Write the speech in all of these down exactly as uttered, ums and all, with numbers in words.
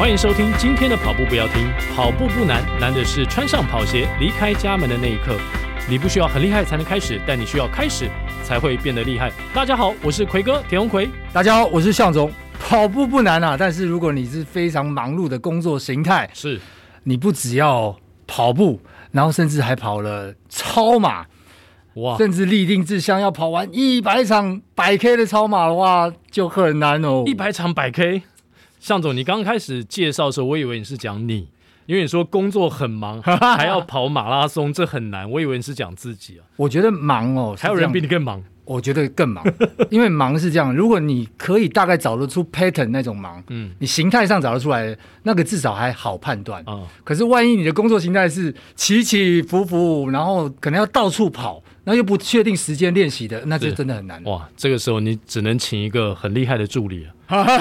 欢迎收听今天的跑步不要听。跑步不难，难的是穿上跑鞋离开家门的那一刻。你不需要很厉害才能开始，但你需要开始才会变得厉害。大家好，我是魁哥田鸿魁。 大家好，我是象总。跑步不难啊，但是如果你是非常忙碌的工作形态， 是你不只要跑步，然后甚至还跑了超马，哇，甚至立定志向要跑完一百场百 K 的超马的话，就很难哦。 一百场百 K， 象总，你刚开始介绍的时候，我以为你是讲你。因为你说工作很忙，还要跑马拉松，这很难。我以为你是讲自己啊。 我觉得忙哦， 还有人比你更忙。 我觉得更忙，因为忙是这样，如果你可以大概找得出 pattern 那种忙，嗯，你形态上找得出来，那个至少还好判断。嗯，可是万一你的工作形态是起起伏伏，然后可能要到处跑，然后又不确定时间练习的，那就真的很难。 哇，这个时候你只能请一个很厉害的助理了。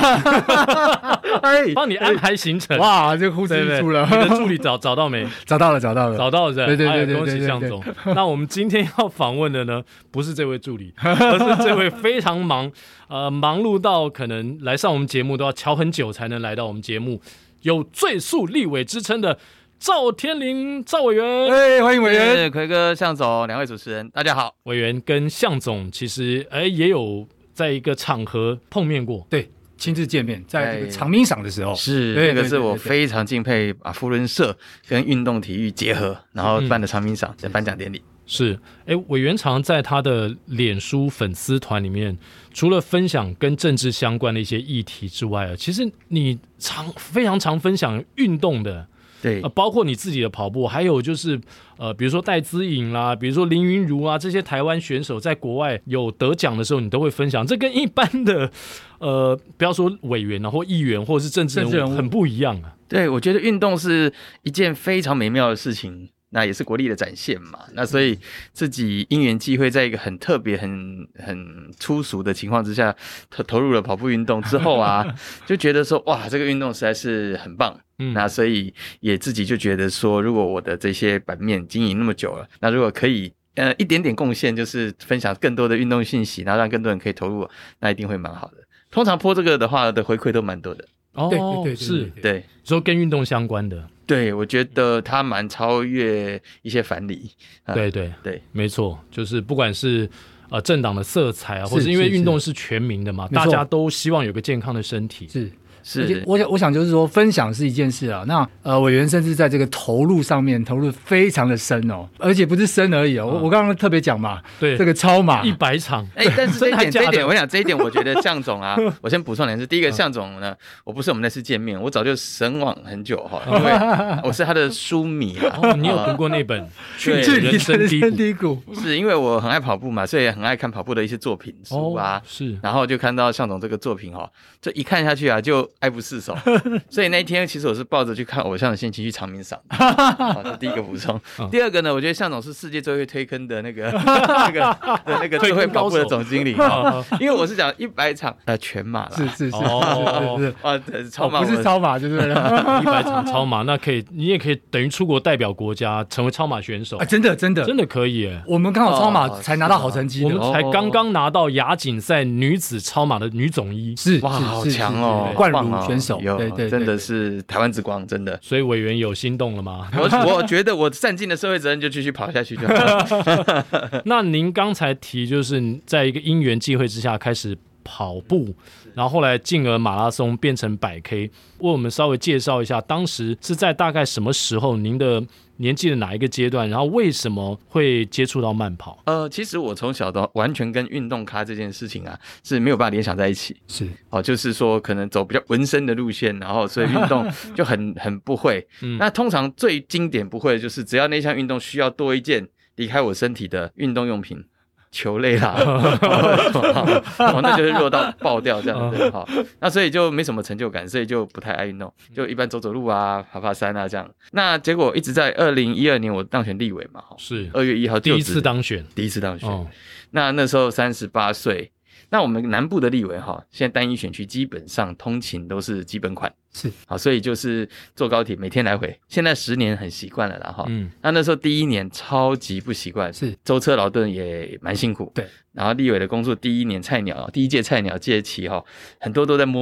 帮你安排行程。 哇，这呼之欲出了。 你的助理找找到没？ 找到了，找到了， 找到了。 对对对对， 恭喜象总。那我们今天要访问的呢，不是这位助理，而是这位非常忙，呃，忙碌到可能来上我们节目都要瞧很久才能来到我们节目，有最速立委之称的赵天麟赵委员。 哎，欢迎委员。 魁哥、象总两位主持人，大家好。 委员跟象总其实哎也有在一个场合碰面过。 对。亲自见面，在这个长鸣赏的时候， 是那个是我非常敬佩把扶轮社跟运动体育结合，然后办的长鸣赏的颁奖典礼。 是，哎，委员常在他的脸书粉丝团里面，除了分享跟政治相关的一些议题之外啊，其实你常非常常分享运动的。 对、 呃，包括你自己的跑步，还有就是呃，比如说戴资颖啦，比如说林昀儒啊，这些台湾选手在国外有得奖的时候，你都会分享。这跟一般的呃，不要说委员啊，或议员，或者是政治人物，很不一样啊。 对，我觉得运动是一件非常美妙的事情。那也是国力的展现嘛，那所以自己因缘际会，在一个很特别、很很粗俗的情况之下，投投入了跑步运动之后啊，就觉得说哇，这个运动实在是很棒。嗯，那所以也自己就觉得说，如果我的这些版面经营那么久了，那如果可以呃一点点贡献，就是分享更多的运动信息，然后让更多人可以投入，那一定会蛮好的。通常播这个的话的回馈都蛮多的。 哦，对对对，是， 对， 说跟运动相关的。 对，我觉得它蛮超越一些藩篱。 嗯、对对对， 没错，就是不管是呃政党的色彩啊，或是因为运动是全民的嘛，大家都希望有个健康的身体。 是。 是， 我想，我想就是说，分享是一件事啊。那呃，委员甚至在这个投入上面投入非常的深哦，而且不是深而已哦。嗯、我我刚刚特别讲嘛， 对这个超马一百场， 哎、欸，但是这一点，这一点，我想这一点，我觉得象总啊，我先补充两句。第一个，象总呢，我不是我们那次见面，我早就神往很久哈，因为我是他的书迷啊。 哦，你有读过那本《 去人生低谷》？ 是因为我很爱跑步嘛，所以很爱看跑步的一些作品书啊。 哦、是， 然后就看到象总这个作品哈，这一看下去啊，就爱不释手。所以那一天其实我是抱着去看偶像的心情去长鸣赏。好，这第一个补充。第二个呢，我觉得象总是世界最会推坑的那个那个的那个最会跑步的总经理。因为我是讲一百场呃全马啦， 是是是哦是是啊，超马、 哦、不是超马就是一百场超马，那可以你也可以等于出国代表国家成为超马选手。 啊、真的真的真的可以耶！ 我们刚好超马才拿到好成绩的， 我们才刚刚拿到亚锦赛女子超马的女总一。 是哇，好强哦， 冠儒选手。 对 对, 对，真的是台湾之光，真的。 所以委员有心动了吗？ 我我觉得我善尽了社会责任，就继续跑下去就好。 那您刚才提，就是在一个因缘际会之下开始跑步，然后后来进而马拉松变成百 K， 为我们稍微介绍一下，当时是在大概什么时候？您的年纪的哪一个阶段？然后为什么会接触到慢跑？ 呃，其实我从小都完全跟运动咖这件事情啊是没有办法联想在一起。 是哦，就是说可能走比较纹身的路线，然后所以运动就很很不会。嗯，那通常最经典不会的就是只要那项运动需要多一件离开我身体的运动用品。球类啦，哦，那就是弱到爆掉这样子，好，那所以就没什么成就感，所以就不太爱运动，就一般走走路啊、爬爬山啊这样。那结果一直在二零一二年我当选立委嘛， 是二月一号第一次当选， 第一次当选。哦、那那时候三十八岁。那我们南部的立委哈，现在单一选区基本上通勤都是基本款， 是好，所以就是坐高铁每天来回。现在十年很习惯了啦哈，嗯，那那时候第一年超级不习惯， 是舟车劳顿也蛮辛苦， 对。 然后立委的工作第一年菜鸟，第一届菜鸟届期哈，很多都在摸索。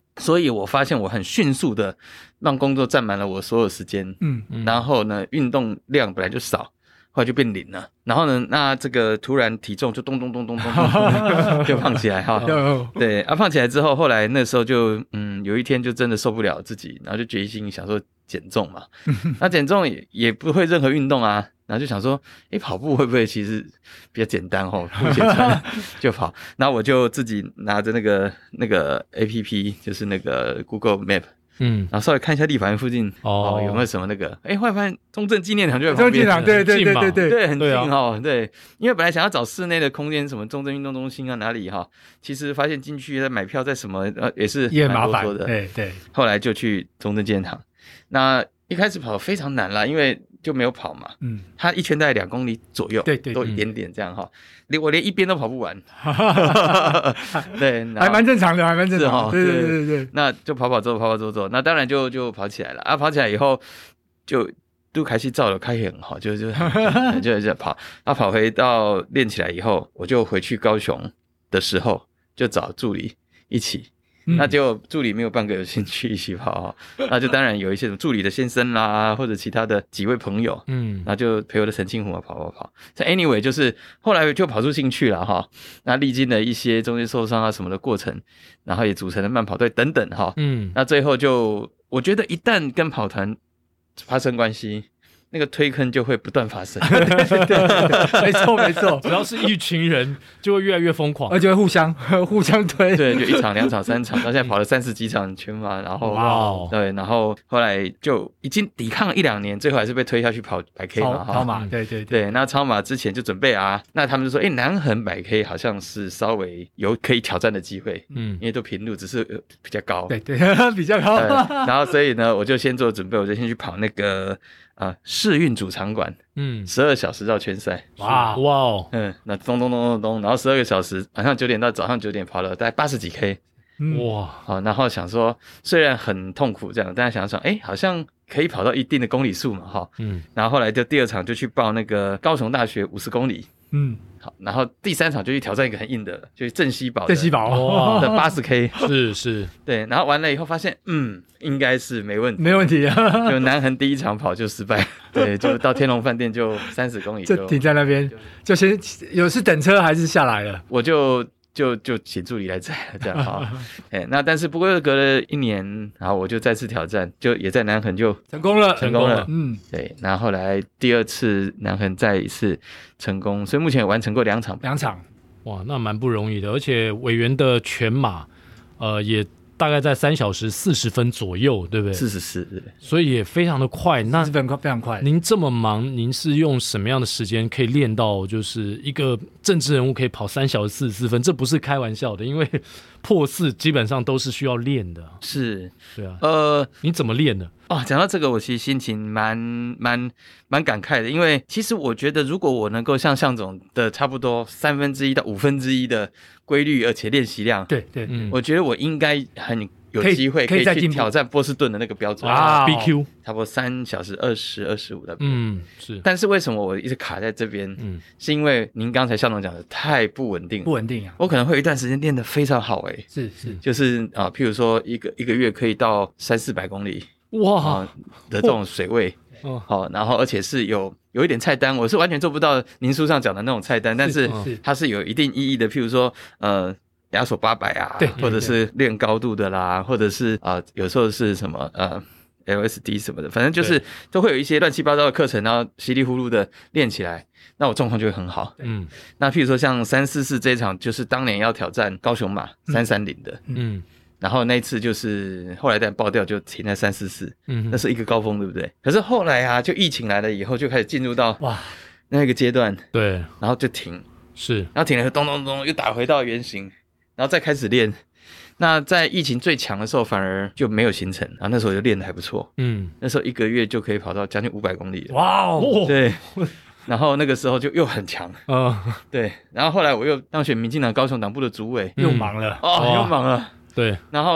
所以我发现我很迅速的让工作占满了我所有时间，嗯，然后呢，运动量本来就少，后来就变零了。然后呢，那这个突然体重就咚咚咚咚咚咚就胖起来哈。对啊，胖起来之后，后来那时候就嗯，有一天就真的受不了自己，然后就决心想说减重嘛。那减重也也不会任何运动啊。然后就想说，诶，跑步会不会其实比较简单哦？不简单就跑。然后我就自己拿着那个那个 A P P， 就是那个 Google Map， 嗯，然后稍微看一下立法院附近哦, 哦有没有什么那个，诶，后来发现中正纪念堂就在旁边， 中正纪念堂，对对对对对对，很近哦，对。因为本来想要找室内的空间，什么中正运动中心啊哪里哈、哦，其实发现进去在买票在什么呃也是也麻烦的， 对对。 后来就去中正纪念堂，那一开始跑非常难啦，因为就没有跑嘛，嗯，它一圈大概两公里左右， 对对， 多一点点这样哈，连我连一边都跑不完，对， 还蛮正常的，还蛮正常的，对对对对， 那就跑跑走跑跑走走，那当然就就跑起来了啊，跑起来以后就都开始照了开很好，就就就就跑，然后跑回到练起来以后，我就回去高雄的时候就找助理一起。那就助理没有半个有兴趣一起跑，那就当然有一些什么助理的先生啦，或者其他的几位朋友，嗯，然后就陪我的陈清湖跑跑跑。anyway 就是后来就跑出兴趣了哈，那历经了一些中间受伤啊什么的过程，然后也组成了慢跑队等等哈，嗯，那最后就我觉得一旦跟跑团发生关系，那个推坑就会不断发生， 对对对，没错没错， 只要是一群人就会越来越疯狂， 而且会互相互相推， 对，就一场两场三场，到现在跑了三十几场全马，然后哇，对，然后后来就已经抵抗了一两年，最后还是被推下去跑百 K 嘛， 超马，对对对， 对，那超马之前就准备啊，那他们就说，哎，南横百 K 好像是稍微有可以挑战的机会，嗯，因为都平路，只是比较高， 对对，比较高， 然后所以呢，我就先做准备，我就先去跑那个。啊，世运主场馆，嗯，十二小时绕圈赛， 哇哇哦， 嗯，那咚咚咚咚咚，然后十二个小时，晚上九点到早上九点跑了大概八十几 K， 哇，好，然后想说虽然很痛苦这样，但是想想，哎，好像可以跑到一定的公里数嘛，哈，嗯，然后后来就第二场就去报那个高雄大学五十公里，嗯。好，然后第三场就去挑战一个很硬的，就是镇西堡， 镇西堡的八十 K， 是是， 对，然后完了以后发现，嗯，应该是没问题， 没问题啊， 就南横第一场跑就失败，对，就到天龙饭店就三十公里就， 就停在那边，就先有是等车还是下来了， 我就。就就请助理来载了，这样哈，哎，那但是不过又隔了一年，然后我就再次挑战，就也在南横就成功了， 成功了，嗯，对，然后后来第二次南横再一次成功，所以目前也完成过两场， 两场， 哇，那蛮不容易的，而且委员的全马，呃，也大概在三小时四十分左右，对不对？ 四十四，对， 所以也非常的快。那非常快，非常快。 您这么忙，您是用什么样的时间可以练到，就是一个政治人物可以跑三小时四十四分？这不是开玩笑的，因为破四基本上都是需要练的。 是， 对啊。呃，你怎么练的？ 哦，讲到这个，我其实心情蛮蛮蛮感慨的，因为其实我觉得，如果我能够像向总的差不多三分之一到五分之一的规律，而且练习量， 对对，嗯， 我觉得我应该很有机会可以去挑战波士顿的那个标准啊 ，B Q 差不多三小时二十二十五的， 嗯，是。 但是为什么我一直卡在这边？嗯，是因为您刚才向总讲的太不稳定， 不稳定啊， 我可能会有一段时间练得非常好，哎， 是是， 就是啊，譬如说一个一个月可以到三四百公里。哇的这种水位，好，然后而且是有有一点菜单，我是完全做不到您书上讲的那种菜单，但是它是有一定意义的，譬如说呃亚索八百啊，或者是练高度的啦，或者是啊、呃、有时候是什么呃 L S D 什么的，反正就是都会有一些乱七八糟的课程，然后稀里糊涂的练起来，那我状况就会很好。嗯，那譬如说像三四四这一场，就是当年要挑战高雄马三三零的，嗯。然后那一次就是后来但爆掉就停在三四四，嗯，那是一个高峰，对不对？可是后来啊，就疫情来了以后，就开始进入到哇那个阶段， 对， 然后就停， 是， 然后停了，咚咚咚又打回到原形，然后再开始练。那在疫情最强的时候，反而就没有行程，然后那时候就练得还不错，嗯，那时候一个月就可以跑到将近五百公里了， 哇哦， 对。然后那个时候就又很强，嗯，对。然后后来我又当选民进党高雄党部的主委， 又忙了， 哦，又忙了。 对， 然后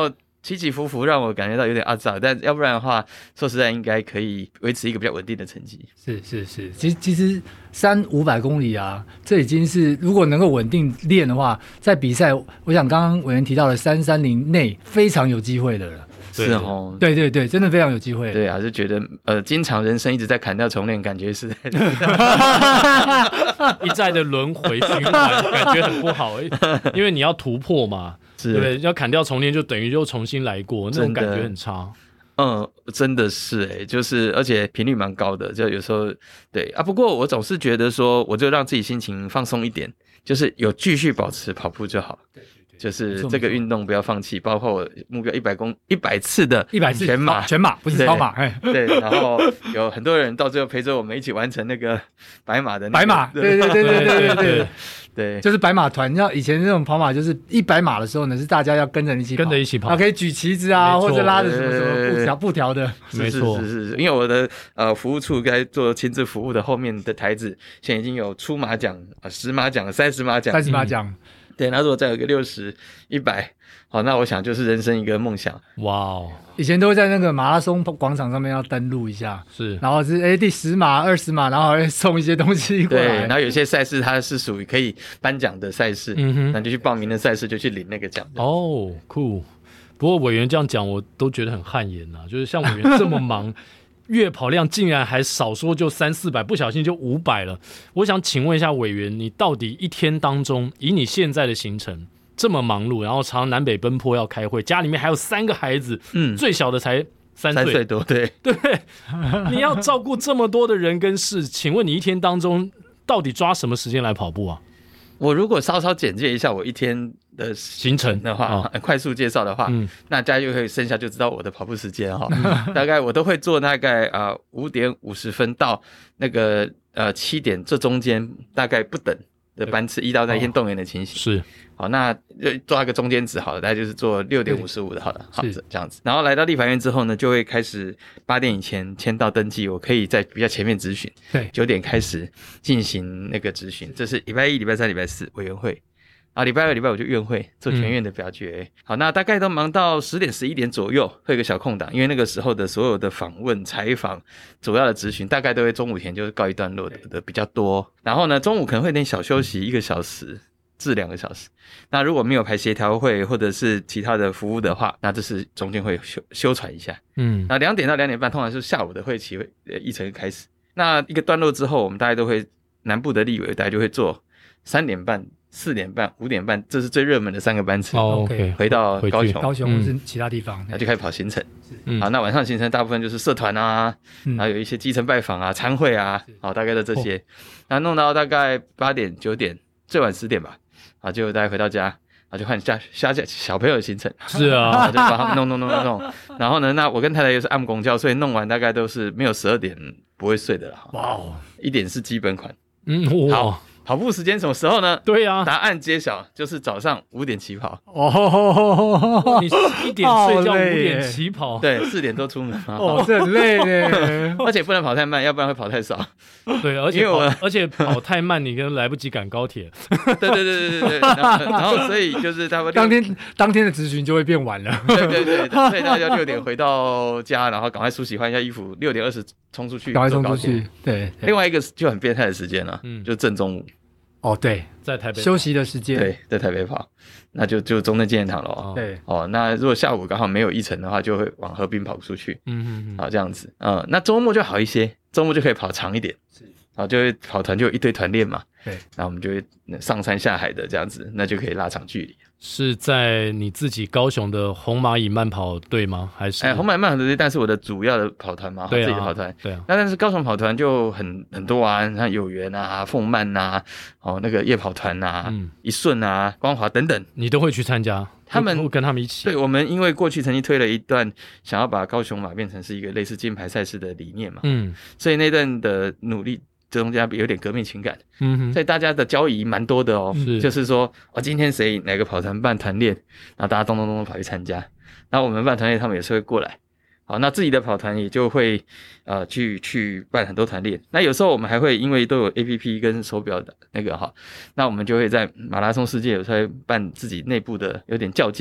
起起伏伏让我感觉到有点阿杂，但要不然的话，说实在应该可以维持一个比较稳定的成绩。 是是是，其实其实三五百公里啊，这已经是如果能够稳定练的话，在比赛，我想刚刚委员提到的三三零内非常有机会的了。 是哦， 对对对，真的非常有机会。 对啊，就觉得呃，经常人生一直在砍掉重练，感觉是一再的轮回循环，感觉很不好。因为你要突破嘛，对不对？要砍掉重练，就等于又重新来过，那种感觉很差。 嗯，真的是哎、欸，就是而且频率蛮高的，就有时候对啊。不过我总是觉得说，我就让自己心情放松一点，就是有继续保持跑步就好。就是这个运动不要放弃，包括我目标一百公一百次的一百次全马， 全马不是超马， 对，然后有很多人到最后陪着我们一起完成那个白马的、那个、 白马，对对对对对对对对， 就是白马团。要以前那种跑马，就是一百码的时候呢，是大家要跟着一起跟着一起跑， 啊，可以举旗子啊，或者拉着什么什么布条布条的， 没错， 是是是，因为我的呃服务处该做亲自服务的后面的台子，现在已经有出马奖、啊十马奖、三十马奖、 三十马奖。嗯对，那如果再有个六十、一百，好，那我想就是人生一个梦想。 哇哦！ 以前都会在那个马拉松广场上面要登录一下， 是， 然后是哎第十马、二十马，然后还会送一些东西过来。 对，然后有些赛事它是属于可以颁奖的赛事，嗯哼，那就去报名的赛事就去领那个奖。 哦，酷。不过委员这样讲，我都觉得很汗颜呐、啊，就是像委员这么忙。月跑量竟然还少说就三四百，不小心就五百了。我想请问一下委员，你到底一天当中，以你现在的行程这么忙碌，然后常南北奔波要开会，家里面还有三个孩子，嗯，最小的才三岁， 三岁多，对对，你要照顾这么多的人跟事，请问你一天当中到底抓什么时间来跑步啊？ 我如果稍稍简介一下我一天的行程的话，哦、快速介绍的话，嗯、那大家就可以剩下就知道我的跑步时间哈、哦。大概我都会做大概啊五点五十分到那个呃七点这中间大概不等的班次，依照那天动员的情形。 是， 好，那就抓一个中间值好了，大概就是做六点五十五的好了，好这样子。然后来到立法院之后呢，就会开始八点以前签到登记，我可以在比较前面质询。 对， 九点开始进行那个质询，这是礼拜一、礼拜三、礼拜四委员会。啊，礼拜二、礼拜五就院会做全院的表决、嗯。好，那大概都忙到十点、十一点左右，会有个小空档，因为那个时候的所有的访问、采访、主要的质询，大概都会中午前就是告一段落的的比较多。然后呢，中午可能会有点小休息，一个小时至两个小时。那如果没有排协调会或者是其他的服务的话，那这是中间会休休喘一下。嗯，那两点到两点半，通常是下午的会期会呃议程开始。那一个段落之后，我们大家都会南部的立委，大家就会做三点半。四点半、五点半，这是最热门的三个班次。 哦 OK， 回到高雄， 高雄或是其他地方， 那、嗯、就开始跑行程。嗯，好，那晚上行程大部分就是社团啊，嗯、然后有一些基层拜访啊、参会啊，好，大概的这些。那、哦、弄到大概八点、九点，最晚十点吧，啊，就大家回到家，啊，就换下下小朋友的行程。 是啊， 就把他们弄弄弄弄弄。然后呢，那我跟太太又是按公教，所以弄完大概都是没有十二点不会睡的了。哇哦，一点是基本款。 嗯， 好。跑步时间什么时候呢？ 对呀、啊， 答案揭晓，就是早上五点起跑。 哦，你一点睡觉，五点起跑， 对，四点多出门嘛。 哦，这很累呢， 而且不能跑太慢，要不然会跑太少。 对，而且因为我而且跑太慢，你跟来不及赶高铁。 对对对对对对。然后，然后所以就是他们当天当天的质询就会变晚了。 对对对，所以大家六点回到家，然后赶快梳洗换一下衣服，六点二十冲出去， 赶快冲出去。对， 另外一个就很变态的时间了，嗯，就正中午。 哦，对， 在台北休息的时间， 对，在台北跑，那就就中正纪念堂了、哦。 对， 哦，那如果下午刚好没有议程的话，就会往河滨跑出去。嗯嗯嗯，好，这样子，嗯，那周末就好一些，周末就可以跑长一点，是，然后就会跑团就有一堆团练嘛， 对， 那我们就会上山下海的这样子，那就可以拉长距离。 是在你自己高雄的红蚂蚁慢跑队吗？还是？ 哎，红蚂蚁慢跑队，但是我的主要的跑团嘛， 对啊、 自己的跑团。 对啊。 那但是高雄跑团就很很多啊，像有缘啊、凤漫呐，哦那个夜跑团呐、嗯、一顺啊、光华等等， 你都会去参加？ 他们会跟他们一起。 对，我们因为过去曾经推了一段想要把高雄马变成是一个类似金牌赛事的理念嘛，嗯，所以那段的努力。这中间有点革命情感，嗯哼，所以大家的交易蛮多的哦，是就是说，哦，今天谁哪个跑团办团练，然后大家咚咚咚咚跑去参加，然后我们办团练，他们也是会过来，好，那自己的跑团也就会呃去去办很多团练，那有时候我们还会因为都有 A P P 跟手表的那个哈，那我们就会在马拉松世界有时候会办自己内部的有点较劲。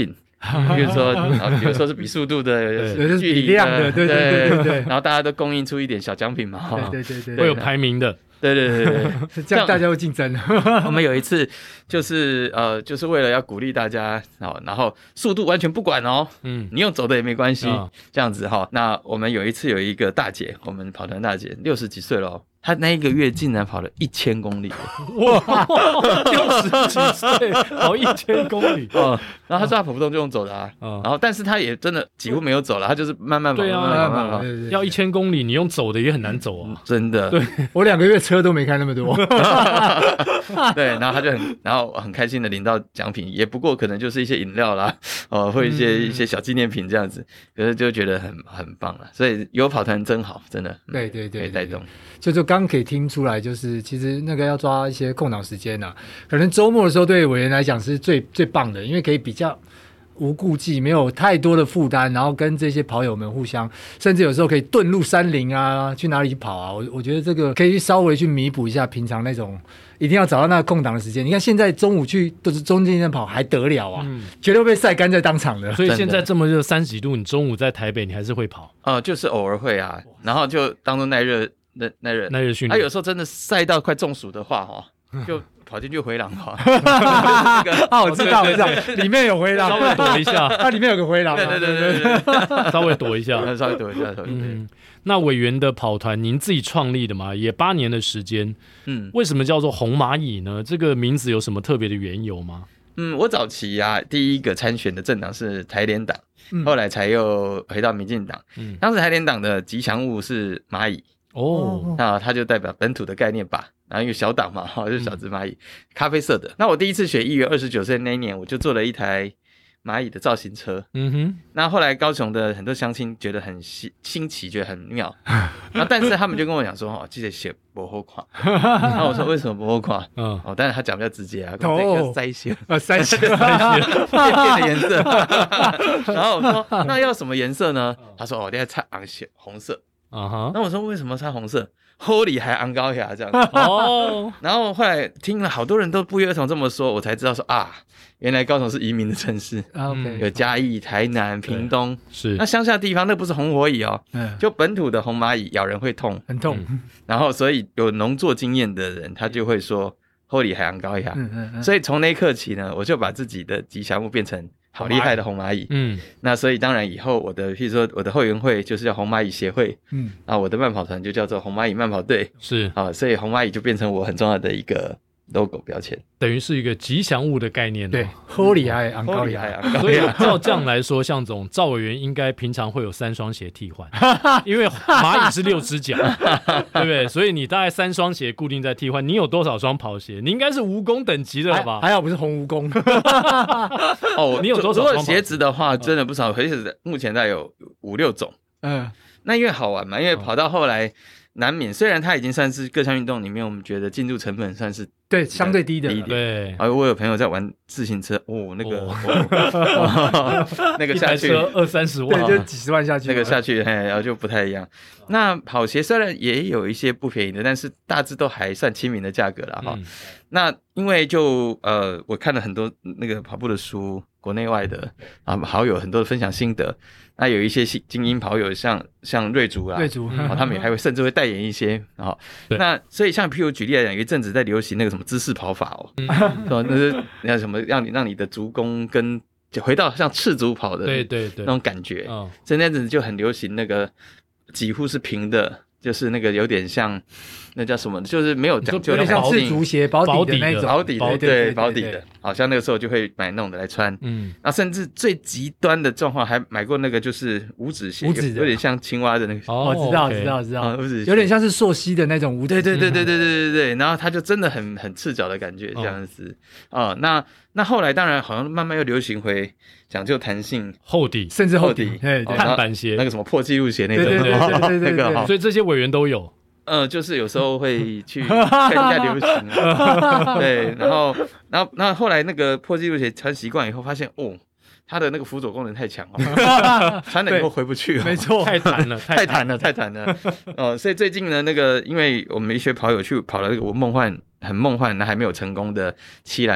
比如说，比如说是比速度的距离量的，对对对对对。 然后大家都供应出一点小奖品嘛， 对对对， 会有排名的。 对对对对， 这样大家会竞争。 我们有一次就是呃，就是为了要鼓励大家，然后速度完全不管哦，嗯，你用走的也没关系，嗯、这样子哈。那我们有一次有一个大姐，我们跑团大姐六十几岁了、哦。他那一个月竟然跑了一千公里， 哇！六十几岁跑一千公里， 哦，然后他说他跑不动就用走的啊，哦、然后但是他也真的几乎没有走了，他就是慢慢跑， 对啊， 慢慢跑，慢慢跑。 要一千公里，你用走的也很难走啊， 真的。 对，我两个月车都没开那么多。 对，然后他就很，然后很开心的领到奖品，也不过可能就是一些饮料啦，哦，或一些、嗯、一些小纪念品这样子，可是就觉得很很棒了。所以有跑团真好，真的， 对对 对, 对， 可以带动。 就就刚可以听出来，就是其实那个要抓一些空档时间啊，可能周末的时候对委员来讲是最最棒的，因为可以比较无顾忌，没有太多的负担，然后跟这些跑友们互相，甚至有时候可以遁入山林啊，去哪里跑啊，我我觉得这个可以稍微去弥补一下平常那种一定要找到那个空档的时间。你看现在中午去都是中间跑还得了啊，嗯、绝对被晒干在当场的。 所以现在这么热三十几度，你中午在台北你还是会跑？ 哦、呃，就是偶尔会啊，然后就当做耐热。那那热那热训练， 他、啊、有时候真的晒到快中暑的话，哈，就跑进去回廊跑。 啊，我知道，我知道，里面有回廊， 稍微躲一下。 它里面有个回廊， 对对对对对， 稍微躲一下， 稍微躲一下。嗯， 那委员的跑团您自己创立的嘛，也八年的时间。嗯，为什么叫做红蚂蚁呢？这个名字有什么特别的缘由吗？ 嗯，我早期啊，第一个参选的政党是台联党，嗯、后来才又回到民进党。嗯，当时台联党的吉祥物是蚂蚁。哦，那它就代表本土的概念吧。然后一个小党嘛，哈，就是小只蚂蚁，嗯、咖啡色的。那我第一次选议员，二十九岁那一年，我就做了一台蚂蚁的造型车。嗯哼。那后来高雄的很多乡亲觉得很新新奇，觉得很妙。然后但是他们就跟我讲说，哦，记得写不好看。然后我说为什么不好看？嗯，哦，但是他讲比较直接啊，要塞些， 啊，塞些， 塞些，变变的颜色。然后我说那要什么颜色呢？他说哦，等下擦红色，红色。啊哈，那我说为什么擦红色 ？Holy 还昂高呀这样子哦。然后后来听了好多人都不约而同这么说，我才知道说啊，原来高雄是移民的城市，嗯、有嘉义、台南、屏东， 是那乡下地方那不是红火蚁哦，嗯、就本土的红蚂蚁咬人会痛， 很痛。 嗯、然后所以有农作经验的人，他就会说 Holy 还昂高呀。嗯嗯嗯、所以从那一刻起呢，我就把自己的吉祥物变成。好厉害的红蚂蚁，嗯，那所以当然以后我的，譬如说我的后援会就是叫红蚂蚁协会，嗯，然后我的慢跑团就叫做红蚂蚁慢跑队， 是啊，所以红蚂蚁就变成我很重要的一个 logo 标签， 等于是一个吉祥物的概念、哦， 对，好厉害，昂高厉害， 所以照这样来说，向总赵委员应该平常会有三双鞋替换，因为蚂蚁是六只脚，对不对？所以你大概三双鞋固定在替换，你有多少双跑鞋？你应该是蜈蚣等级的了吧？ 还, 还好不是红蜈蚣。 哦，你有多少双？如果鞋子的话，真的不少，而且目前大概有五六种。嗯，那因为好玩嘛，因为跑到后来。难免，虽然它已经算是各项运动里面，我们觉得进入成本算是对相对低的， 低一点。 对， 然后我有朋友在玩自行车，哦，那个、哦哦、那个下去一台车二三十万， 对，就几十万下去， 那个下去，然后就不太一样。那跑鞋虽然也有一些不便宜的，但是大致都还算亲民的价格啦哈、嗯。那因为就呃，我看了很多那个跑步的书，国内外的啊，好友很多的分享心得。那有一些精英跑友像像瑞竹啊， 瑞竹， 然后他们也还会甚至会代言一些，然后那所以像譬如举例来讲，有一阵子在流行那个什么姿势跑法哦，嗯、那是那什么让你让你的足弓跟就回到像赤足跑的对对对那种感觉，哦、所以那阵子就很流行那个几乎是平的。就是那个有点像，那叫什么？就是没有讲究， 有点像赤足鞋保底的那种， 保底的，对，保底的。好像那个时候就会买那种的来穿，嗯，那甚至最极端的状况还买过那个就是五指鞋， 五指的， 有点像青蛙的那个， 哦，知道知道知道，五指有点像是溯溪的那种五指， 对对对对对对对对。然后它就真的很很赤脚的感觉，这样子啊。那那后来当然好像慢慢又流行回讲究弹性、 厚底， 甚至厚底，对， 碳板鞋， 那个什么破纪录鞋那种， 对对对对对对， 所以这些委员都有。 呃，就是有时候会去看一下流行、啊，对，然后，然后，然后后来那个破纪录鞋穿习惯以后，发现哦，它的那个辅佐功能太强了，穿了以后回不去了， 没错， 太弹了， 太弹了，太弹了，哦、呃，所以最近呢，那个因为我们一些跑友去跑了那个我梦幻很梦幻，那还没有成功的七兰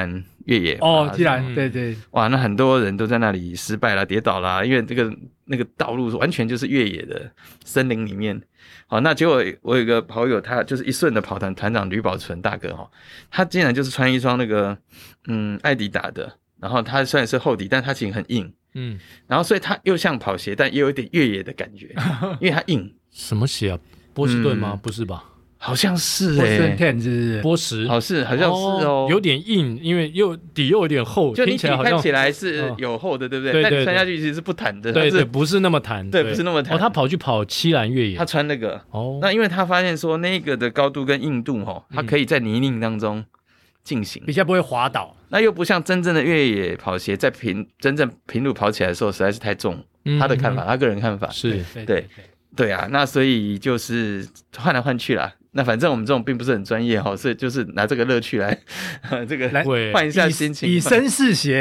越野哦，既然、嗯、对对， 哇，那很多人都在那里失败啦、跌倒啦，因为这个那个道路完全就是越野的森林里面。好，那结果我有一个跑友，他就是一顺的跑团团长吕宝纯大哥哈，他竟然就是穿一双那个嗯艾迪达的，然后他虽然是厚底，但他其实很硬，嗯，然后所以他又像跑鞋，但也有一点越野的感觉，因为他硬。 什么鞋啊？波士顿吗？嗯、不是吧？ 好像是波士顿十是不是？ 波什好是好像是哦， 有点硬，因为又底又有点厚， 就你听起来好像看起来是有厚的，对不对？ 对对对， 但你穿下去其实是不弹的， 对对，不是那么弹， 对，不是那么弹。 哦，他跑去跑七兰越野， 他穿那个哦， 那因为他发现说那个的高度跟硬度哦，他可以在泥泞当中进行， 比较不会滑倒。 那又不像真正的越野跑鞋在平真正平路跑起来的时候实在是太重，嗯、他的看法，他个人看法是， 对对对啊，那所以就是换来换去啦。那反正我们这种并不是很专业哈，所以就是拿这个乐趣来，这个来换一下心情， 以身试鞋。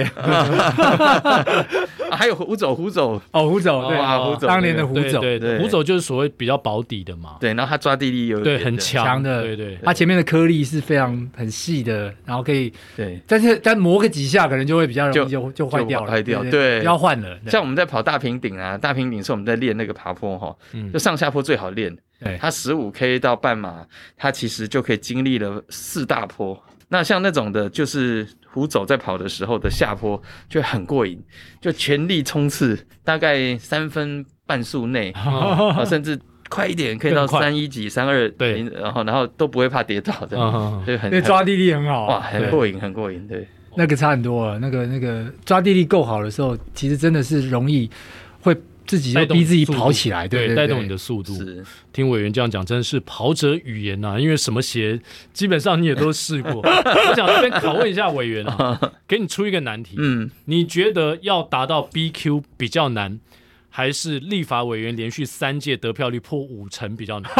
啊、还有胡走胡走哦，胡走对啊，胡走， 当年的胡走， 对 对, 对，胡走就是所谓比较保底的嘛。 对，然后他抓地力有对很强的， 对 对, 对， 他前面的颗粒是非常很细的，然后可以对， 但是但磨个几下可能就会比较容易就就坏掉了， 坏掉，对， 要换了。 像我们在跑大平顶啊，大平顶是我们在练那个爬坡哈，嗯、就上下坡最好练。对，它 十五 K 到半马，它其实就可以经历了四大坡。那像那种的，就是胡走在跑的时候的下坡，就很过瘾，就全力冲刺，大概三分半速内，哦、甚至快一点可以到三一几、三二，对，然后然后都不会怕跌倒的，哦、所以很， 那抓地力很好， 哇，很过瘾，很过瘾，对， 那个差很多了。那个那个抓地力够好的时候，其实真的是容易会。自己就逼自己跑起来，对， 带动你的速度。听委员这样讲，真的是跑者语言呐、啊！因为什么鞋，基本上你也都试过。我想这边拷问一下委员啊，给你出一个难题，嗯，你觉得要达到 B Q 比较难，还是立法委员连续三届得票率破五成比较难？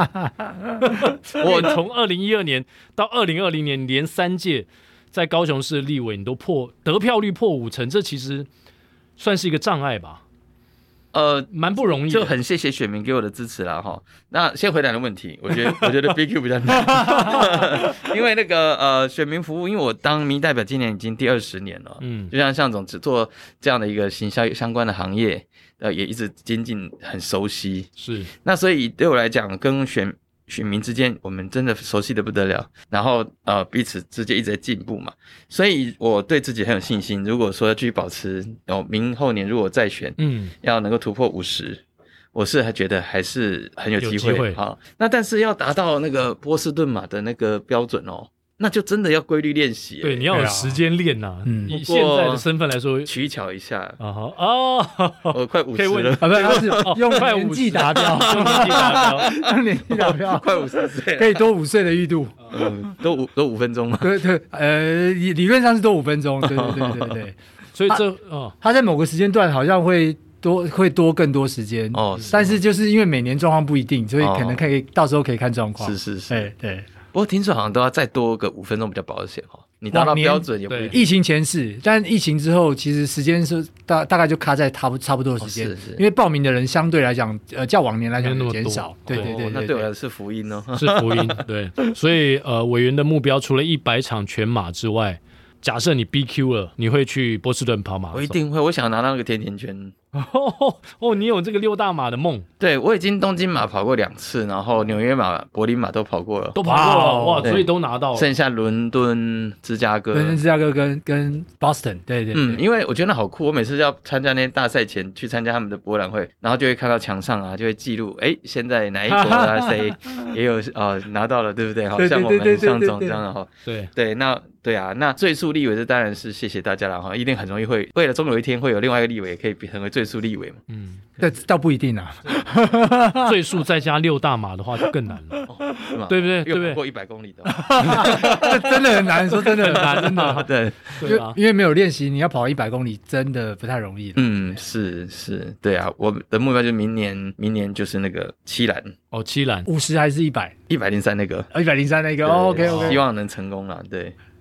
我从二零一二年到二零二零年，连三届在高雄市立委你都破得票率破五成，这其实算是一个障碍吧？呃，蛮不容易的， 就很谢谢选民给我的支持啦哈。那先回答你的问题，我觉得我觉得 B Q 比较难，因为那个呃选民服务，因为我当民意代表今年已经第二十年了，嗯，就像向总只做这样的一个行销相关的行业，呃，也一直精进很熟悉， 是。 那所以对我来讲，跟选选民之间，我们真的熟悉的不得了，然后呃彼此之间一直在进步嘛，所以我对自己很有信心。如果说要继续保持，哦，明后年如果再选，嗯，要能够突破五十，我是还觉得还是很有机会哈。那但是要达到那个波士顿马的那个标准哦，那就真的要规律练习， 对，你要有时间练呐、啊。嗯，以现在的身份来说， 取巧一下啊哦， 我快五十了， 啊，不是，他是用年纪达标， 用年纪达标， 用年纪达标， 快五十岁， 可以多五岁的裕度， 嗯，多五多五分钟嘛， 对对，呃，理理论上是多五分钟，对对对对对， 所以这哦， 他在某个时间段好像会。多会多更多时间哦，但是就是因为每年状况不一定，所以可能可以、哦、到时候可以看状况。 是是是， 对对。 不过听说好像都要再多个五分钟比较保险哈，你达到标准也不一定。 疫情前是，但疫情之后其实时间是大大概就卡在差不差不多的时间、哦，因为报名的人相对来讲，呃，较往年来讲减少。对对 对, 对, 对, 对， 那对我来说是福音哦， 是福音。对，所以呃，委员的目标除了一百场全马之外。假设你 B Q 了，你会去波士顿跑马拉松？ 我一定会，我想拿到那个甜甜圈。 哦, 哦，你有这个六大马的梦？ 对，我已经东京马跑过两次，然后纽约马、柏林马都跑过了， 都跑过了，哇，所以都拿到了。 剩下伦敦、芝加哥、 伦敦、芝加哥跟跟 Boston， 对 对, 对， 嗯，因为我觉得那好酷。我每次要参加那些大赛前去参加他们的博览会，然后就会看到墙上啊，就会记录，哎，现在哪一国啊谁也有呃拿到了，对不对？好像我们向总这样的哈， 对对，那。对啊，那最速立委这当然是谢谢大家了哈，一定很容易会，为了终有一天会有另外一个立委也可以成为最速立委嘛。 嗯，这倒不一定啊。 最速再加六大马的话就更难了，哦、是吗？对不对？对不对？ 过一百公里的， 真的很难，说真的很难，真的。 对， 对啊，因为没有练习，你要跑一百公里真的不太容易。 嗯，是是，对啊，我的目标就是明年，明年就是那个七兰哦，七兰五十还是一百？ 一百零三那个， 一百零三那个。哦、OK OK， 希望能成功啦，对。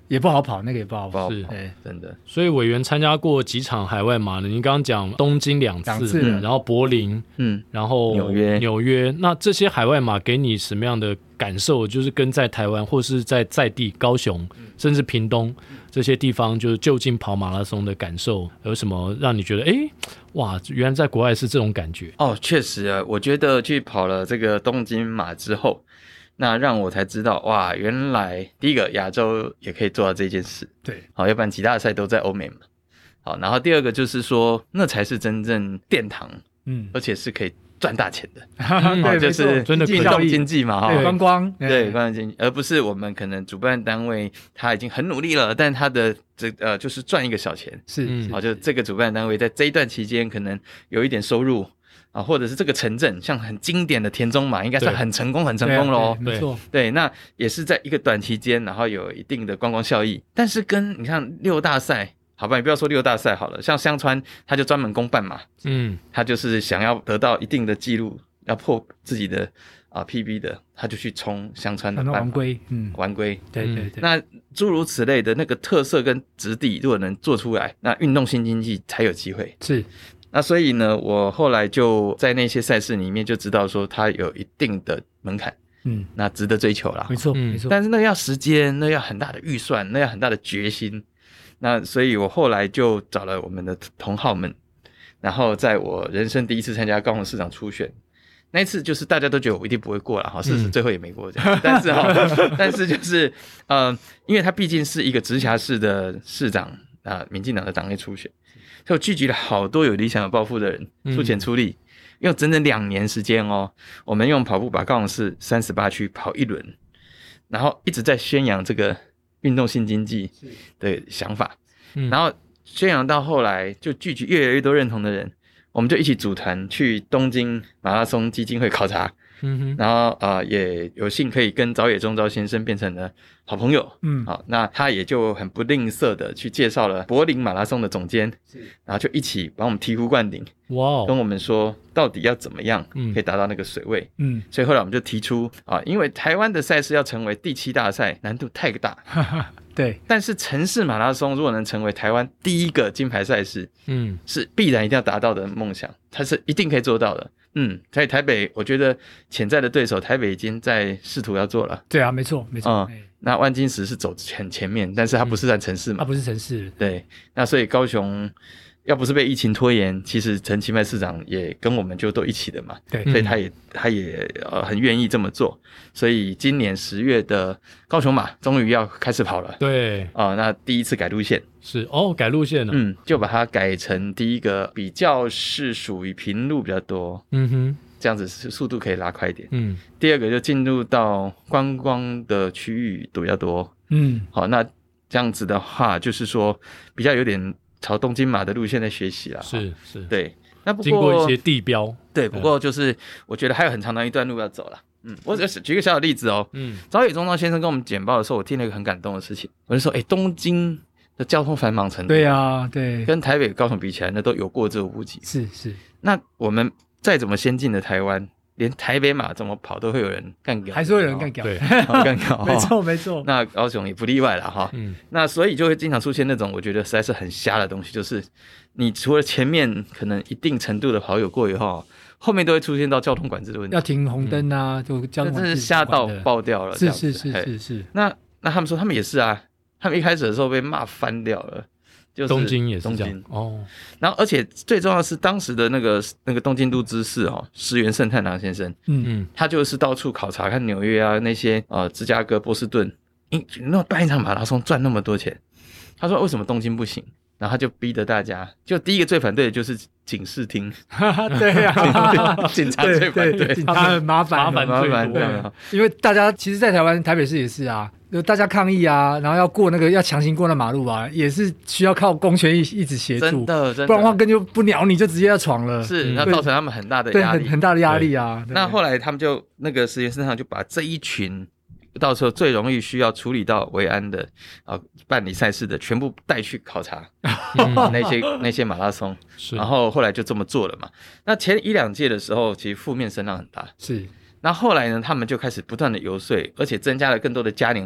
也不好跑，那个也不好跑， 是， 对， 真的。 所以委员参加过几场海外马呢？您刚刚讲东京两次， 次然后柏林，嗯，然后纽约， 纽约。那这些海外马给你什么样的感受？就是跟在台湾或是在在地高雄，甚至屏东这些地方，就是就近跑马拉松的感受，有什么让你觉得，哎，哇，原来在国外是这种感觉？ 哦，确实啊，我觉得去跑了这个东京马之后。那让我才知道，哇，原来第一个亚洲也可以做到这件事， 对， 好，要不然其他的赛都在欧美嘛，好，然后第二个就是说，那才是真正殿堂，嗯，而且是可以赚大钱的， 对， 就是真的运动经济嘛， 哈，观光， 对，观光经济，而不是我们可能主办单位他已经很努力了，但他的这呃就是赚一个小钱， 是， 好，就这个主办单位在这一段期间可能有一点收入。啊，或者是这个城镇，像很经典的田中马，应该算很成功、很成功咯。 没错， 对，那也是在一个短期间，然后有一定的观光效益。但是跟你看六大赛，好吧，你不要说六大赛好了，像香川，他就专门公办嘛，嗯，他就是想要得到一定的记录，要破自己的啊 P B 的，他就去冲香川的完龟，嗯， 完龟， 对对对。 那诸如此类的那个特色跟质地，如果能做出来，那运动新经济才有机会。 是。 那所以呢，我后来就在那些赛事里面就知道说，它有一定的门槛，嗯，那值得追求啦。 没错，没错。 但是那要时间，那要很大的预算，那要很大的决心。那所以我后来就找了我们的同好们，然后在我人生第一次参加高雄市长初选，那一次就是大家都觉得我一定不会过了哈，事实最后也没过这样。嗯、但是哈，但是就是呃，因为他毕竟是一个直辖市的市长啊、呃，民进党的党内初选。就聚集了好多有理想有抱负的人出钱出力，嗯、用整整两年时间哦，我们用跑步把高雄市三十八区跑一轮，然后一直在宣扬这个运动新经济的想法，嗯、然后宣扬到后来就聚集越来越多认同的人，我们就一起组团去东京马拉松基金会考察。嗯哼，然后呃也有幸可以跟早野中昭先生变成了好朋友，嗯，好，那他也就很不吝啬的去介绍了柏林马拉松的总监，然后就一起帮我们醍醐灌顶，哇，跟我们说到底要怎么样可以达到那个水位，嗯，所以后来我们就提出啊，因为台湾的赛事要成为第七大赛难度太大， 对， 但是城市马拉松如果能成为台湾第一个金牌赛事，嗯，是必然一定要达到的梦想，它是一定可以做到的。嗯，在台北，我觉得潜在的对手台北已经在试图要做了。 对啊，没错，没错。 嗯，那万金石是走很前面，但是它不是在城市嘛， 它不是城市。 对，那所以高雄要不是被疫情拖延，其实陈其迈市长也跟我们就都一起的嘛。 对， 所以他也、嗯、他也呃很愿意这么做。所以今年十月的高雄马终于要开始跑了。 对啊、呃，那第一次改路线是哦，改路线了。 嗯，就把它改成第一个比较是属于平路比较多。嗯哼，这样子速度可以拉快一点。嗯，第二个就进入到观光的区域比较多。嗯，好，那这样子的话，就是说比较有点朝东京马的路线在学习啦。 是是， 对。那不过经过一些地标， 对，不过就是我觉得还有很长的一段路要走啦。嗯，我只举个小小例子哦。嗯，早野中昭先生跟我们简报的时候，我听了一个很感动的事情，我就说，哎、欸，东京的交通繁忙程度， 对啊，对， 跟台北、高雄比起来，那都有过之而无不及。 是是， 那我们再怎么先进的台湾，连台北马怎么跑都会有人干掉， 还是会有人干掉， 对， 干掉， 没错没错。 那高雄也不例外了哈。嗯，那所以就会经常出现那种我觉得实在是很瞎的东西，就是你除了前面可能一定程度的跑友过以后，后面都会出现到交通管制的问题， 要停红灯啊，嗯、就交通管制， 真是吓到爆掉了。 是是是是是。 那那他们说他们也是啊，他们一开始的时候被骂翻掉了。就是东京也是东这样哦， 然后而且最重要的是当时的那个那个东京都知事哦，石原慎太郎先生，嗯嗯，他就是到处考察，看纽约啊那些呃芝加哥、波士顿，那办一场马拉松赚那么多钱，他说为什么东京不行？然后他就逼得大家，就第一个最反对的就是警视厅， 对啊， 警察最反对， 警察很麻烦， 麻烦麻烦对，因为大家其实，在台湾台北市也是啊。就大家抗议啊，然后要过那个要强行过那马路啊，也是需要靠公权力一直协助， 真的，真的， 不然的话根本就不鸟你就直接要闯了， 是，那造成他们很大的压力， 对，很很大的压力啊。 那后来他们就那个石原慎太郎就把这一群到时候最容易需要处理到维安的啊办理赛事的全部带去考察，嗯、那些那些马拉松，然后后来就这么做了嘛。那前一两届的时候，其实负面声浪很大， 是。 那后来呢，他们就开始不断的游说，而且增加了更多的嘉年华，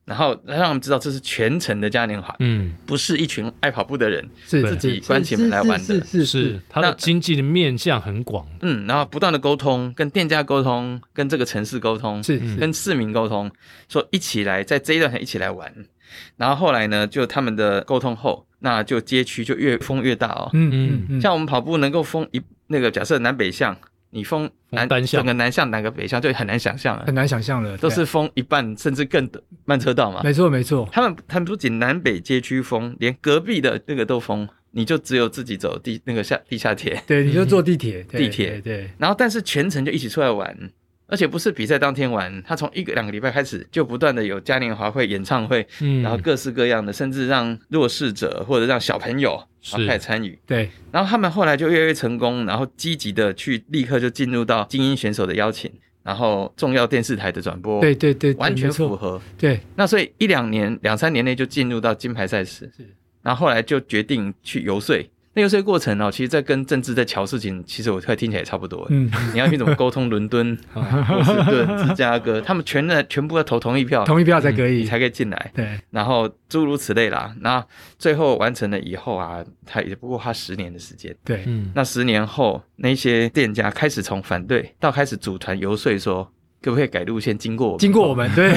然后让他们知道这是全程的嘉年华，嗯，不是一群爱跑步的人是自己关起门来玩的， 是是 是, 是它的经济的面向很广， 嗯，然后不断的沟通，跟店家沟通，跟这个城市沟通， 是跟市民沟通，说一起来在这一段一起来玩。然后后来呢，就他们的沟通后，那就街区就越封越大哦，嗯嗯嗯，像我们跑步能够封一那个假设南北向。你封南整个南向哪个北向就很难想象了， 很难想象了， 都是封一半甚至更慢车道嘛。 没错没错， 他们他们不仅南北街区封，连隔壁的那个都封，你就只有自己走地那个下地下铁， 对，你就坐地铁， 地铁 对, 对, 对。然后但是全程就一起出来玩。而且不是比赛当天玩，他从一个两个礼拜开始就不断的有嘉年华会、演唱会，嗯，然后各式各样的，甚至让弱势者或者让小朋友开始参与， 对。 然后他们后来就越来越成功，然后积极的去立刻就进入到精英选手的邀请，然后重要电视台的转播， 对对 对, 对， 完全符合， 对。 那所以一两年、两三年内就进入到金牌赛事，是。然后后来就决定去游说。那游说过程哦，其实在跟政治在瞧事情，其实我听起来也差不多。嗯，你要去怎么沟通伦敦、波士顿、芝加哥，他们全的全部要投同一票， 同一票才可以， 你才可以进来。 对， 然后诸如此类啦。那最后完成了以后啊，他也不过花十年的时间。 对，嗯， 那十年后，那些店家开始从反对到开始组团游说说。可不可以改路线经过我们？ 经过我们，对。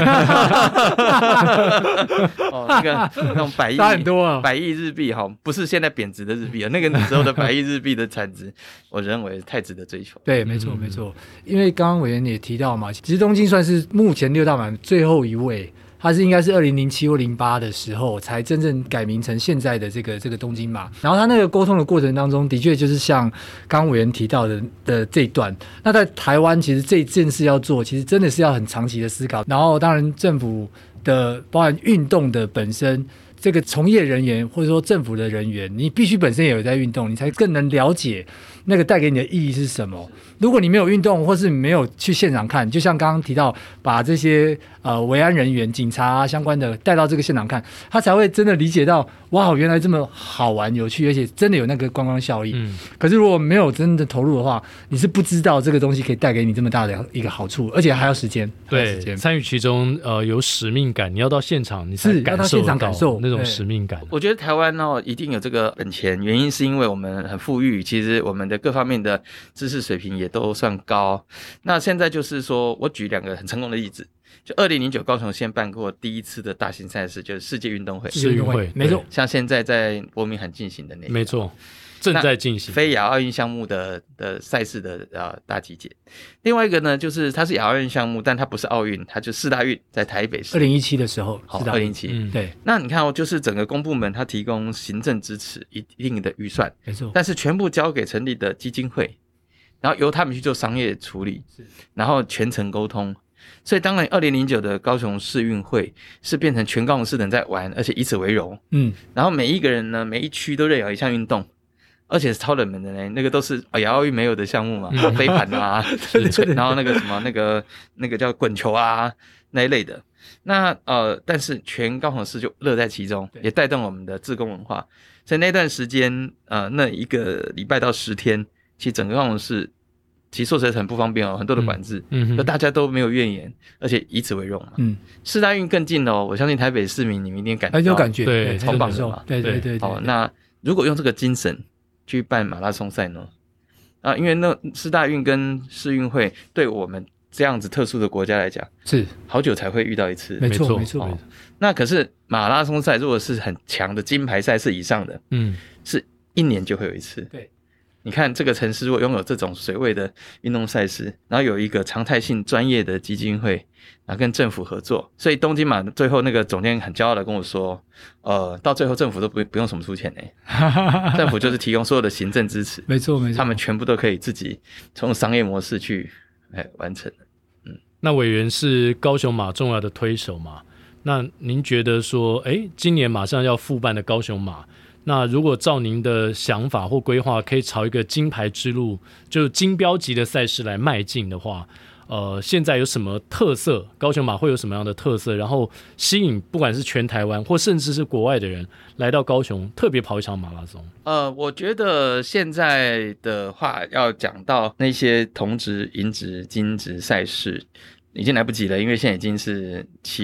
哦，那个那种百亿， 差很多啊， 百亿日币哈，不是现在贬值的日币啊，那个时候的百亿日币的产值，我认为太值得追求。 对，没错，没错。因为刚刚委员也提到嘛，其实东京算是目前六大满最后一位。它是应该是二零零七或零八的时候才真正改名成现在的这个这个东京马，然后他那个沟通的过程当中，的确就是像刚刚委员提到的的这一段。那在台湾，其实这件事要做，其实真的是要很长期的思考。然后，当然政府的包含运动的本身。这个从业人员或者说政府的人员，你必须本身也有在运动，你才更能了解那个带给你的意义是什么。如果你没有运动，或是你没有去现场看，就像刚刚提到，把这些呃维安人员、警察啊相关的带到这个现场看，他才会真的理解到，哇，原来这么好玩、有趣，而且真的有那个观光效益。嗯。可是如果没有真的投入的话，你是不知道这个东西可以带给你这么大的一个好处，而且还要时间。 对，参与其中，呃，有使命感，你要到现场，你才感受到现场感受。 那种使命感。 我觉得台湾哦一定有这个本钱，原因是因为我们很富裕，其实我们的各方面的知识水平也都算高。那现在就是说我举两个很成功的例子，就二零零九高雄县办过第一次的大型赛事，就是世界运动会。 世界运动会，没错。 像现在在伯明翰进行的那个， 没错。正在进行非亚奥运项目的的赛事的呃大集结。另外一个呢，就是它是亚奥运项目，但它不是奥运，它就世大运在台北市。 二零一七的时候， 好，二零一七， 嗯，对。 那你看哦，就是整个公部门它提供行政支持一定的预算， 没错， 但是全部交给成立的基金会，然后由他们去做商业处理，然后全程沟通。所以当然二零零九的高雄市运会是变成全高雄市人在玩，而且以此为荣。嗯，然后每一个人呢，每一区都认有一项运动。而且是超冷门的呢，那个都是亚奥运没有的项目嘛，嗯、飞盘啊，然后那个什么那个那个叫滚球啊那一类的。那呃，但是全高雄市就乐在其中，也带动我们的志工文化。所以那段时间，呃，那一个礼拜到十天，其实整个高雄市其实说实在很不方便哦，很多的管制，嗯，那大家都没有怨言，而且以此为荣嘛。嗯，世大运更近了哦，我相信台北市民你们一定感觉到， 很有感觉， 对， 超棒的嘛。 对对 对, 对, 对。 好，那如果用这个精神去办马拉松赛呢？啊，因为那世大运跟世运会对我们这样子特殊的国家来讲， 是好久才会遇到一次。 没错，没错。哦、 那可是马拉松赛如果是很强的金牌赛事以上的，嗯，是一年就会有一次。 对， 你看这个城市如果拥有这种水位的运动赛事，然后有一个常态性专业的基金会，然后跟政府合作，所以东京马最后那个总监很骄傲的跟我说，呃，到最后政府都不不用什么出钱呢、欸，政府就是提供所有的行政支持， 没错没错， 他们全部都可以自己从商业模式去哎完成。 嗯，那委员是高雄马重要的推手嘛？那您觉得说，哎，今年马上要复办的高雄马，那如果照您的想法或规划，可以朝一个金牌之路，就金标级的赛事来迈进的话，呃，现在有什么特色？高雄马会有什么样的特色？然后吸引不管是全台湾或甚至是国外的人来到高雄，特别跑一场马拉松。 呃，我觉得现在的话要讲到那些铜质、银质、金质赛事，已经来不及了，因为现在已经是七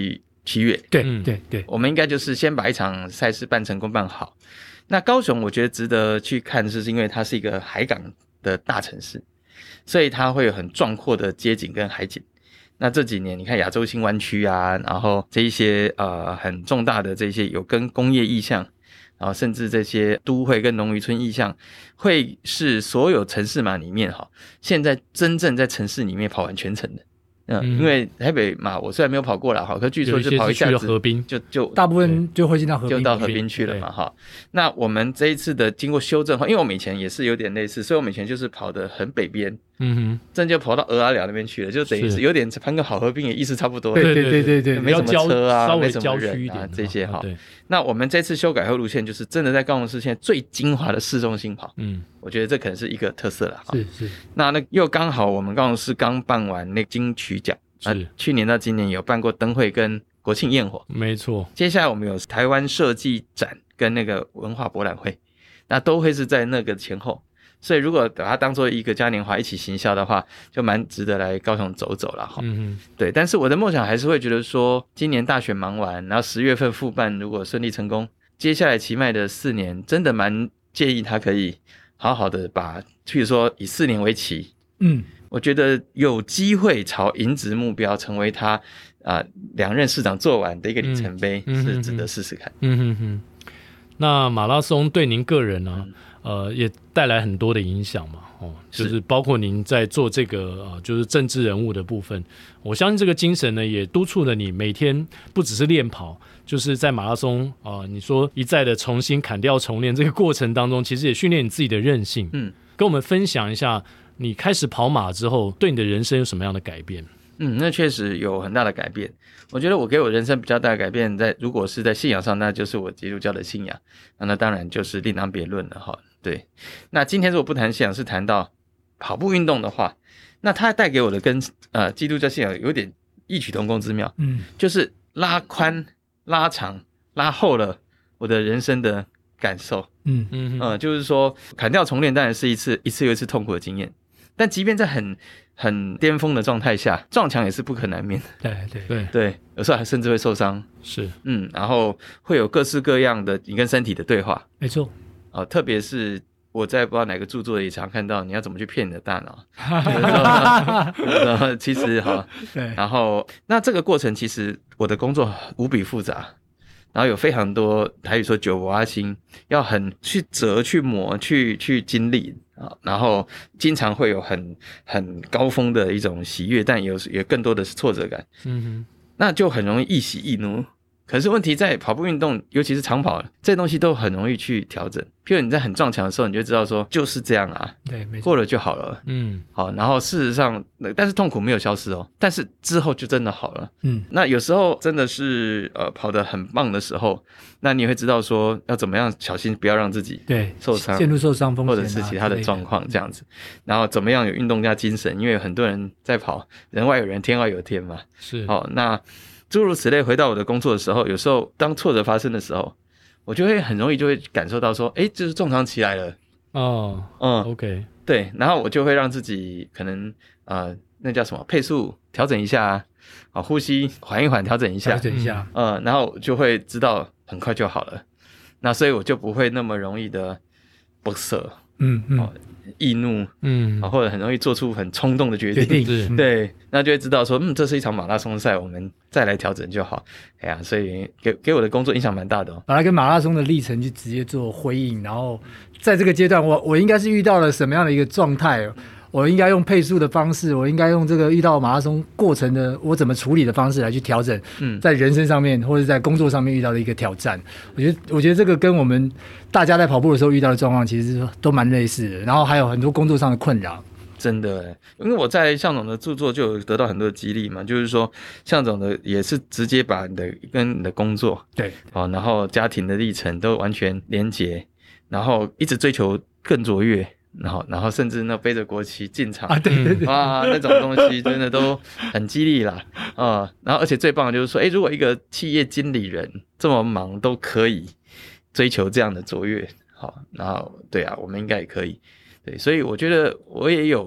七月。 对对对， 我们应该就是先把一场赛事办成功办好。那高雄我觉得值得去看，是因为它是一个海港的大城市，所以它会有很壮阔的街景跟海景。那这几年你看亚洲新湾区啊，然后这一些呃很重大的这些有跟工业意象，然后甚至这些都会跟农渔村意象，会是所有城市马里面哈，现在真正在城市里面跑完全程的。嗯，嗯因为台北马我虽然没有跑过了哈，可据说就跑一下子河滨， 就就大部分就会进到河滨， 就到河滨去了嘛哈。那我们这一次的经过修正后，因为我们以前也是有点类似，所以我们以前就是跑得很北边，嗯哼，真就跑到鹅阿寮那边去了，就等于是有点攀个好河滨也意思差不多。 对对对对对， 没什么车啊， 没什么人啊这些哈。那我们这次修改后路线就是真的在高雄市现在最精华的市中心跑，嗯，我觉得这可能是一个特色了。 是是。 那那又刚好我们高雄市刚办完那金曲奖。是、啊，去年到今年有办过灯会跟国庆焰火， 没错。 接下来我们有台湾设计展跟那个文化博览会，那都会是在那个前后，所以如果把它当做一个嘉年华一起行销的话，就蛮值得来高雄走走了哈。嗯对，但是我的梦想还是会觉得说，今年大选忙完，然后十月份复办如果顺利成功，接下来期迈的四年，真的蛮建议他可以好好的把，譬如说以四年为期，嗯。我觉得有机会朝银质目标成为他啊两、呃、任市长做完的一个里程碑，嗯、是值得试试看。 嗯哼哼。那马拉松对您个人呢、啊，呃，也带来很多的影响嘛，哦，就是包括您在做这个呃，就是政治人物的部分。我相信这个精神呢，也督促了你每天不只是练跑，就是在马拉松啊、呃，你说一再的重新砍掉重练这个过程当中，其实也训练你自己的韧性。嗯，跟我们分享一下。你开始跑马之后，对你的人生有什么样的改变？ 嗯，那确实有很大的改变。我觉得我给我人生比较大的改变在，在如果是在信仰上，那就是我基督教的信仰，那那当然就是另当别论了哈。对，那今天如果不谈信仰，是谈到跑步运动的话，那它带给我的跟呃基督教信仰有点异曲同工之妙，嗯，就是拉宽、拉长、拉厚了我的人生的感受。嗯嗯呃，就是说砍掉重练当然是一次一次又一次痛苦的经验，但即便在很很巅峰的状态下，撞墙也是不可难免的。 对对对对，有时候还甚至会受伤。 是， 嗯，然后会有各式各样的你跟身体的对话。 没错。 哦、呃，特别是我在不知道哪个著作里常看到，你要怎么去骗你的大脑。然后其实哈，对，然后那这个过程其实我的工作无比复杂。然后有非常多台语说九五阿星，要很去折、去磨、去去经历啊，然后经常会有很很高峰的一种喜悦，但有有更多的挫折感。嗯哼，那就很容易易喜易怒。可是问题在跑步运动，尤其是长跑，这些东西都很容易去调整。譬如你在很撞墙的时候，你就知道说就是这样啊， 对，没错， 过了就好了。嗯，好，然后事实上，但是痛苦没有消失哦，但是之后就真的好了。嗯，那有时候真的是呃跑得很棒的时候，那你会知道说要怎么样小心，不要让自己对受伤， 陷入受伤风险、啊， 或者是其他的状况这样子。然后怎么样有运动家精神，因为有很多人在跑，人外有人，天外有天嘛。 是， 好，那。诸如此类，回到我的工作的时候，有时候当挫折发生的时候，我就会很容易就会感受到说，哎，就是撞墙期来了。 哦，嗯 ，OK， 对，然后我就会让自己可能呃，那叫什么配速调整一下啊，呼吸缓一缓，调整一下， 调整一下， 嗯，然后就会知道很快就好了。那所以我就不会那么容易的不舍，嗯嗯。哦易怒，嗯，或者很容易做出很冲动的决定， 定对，那就会知道说，嗯，这是一场马拉松赛，我们再来调整就好。哎呀，所以给给我的工作影响蛮大的哦。 把它跟马拉松的历程去直接做回应，然后在这个阶段，我我应该是遇到了什么样的一个状态？我应该用配速的方式，我应该用这个遇到马拉松过程的我怎么处理的方式来去调整，嗯，在人生上面或者在工作上面遇到的一个挑战。我觉得，我觉得这个跟我们大家在跑步的时候遇到的状况其实都蛮类似的。然后还有很多工作上的困扰。 真的，因为我在向总的著作就有得到很多的激励嘛，就是说向总的也是直接把你的跟你的工作对， 哦，然后家庭的历程都完全连结，然后一直追求更卓越。然后，然后甚至那背着国旗进场啊，对对对， 啊，那种东西真的都很激励啦，啊，然后而且最棒的就是说，哎，如果一个企业经理人这么忙都可以追求这样的卓越，好，然后对啊，我们应该也可以，对，所以我觉得我也有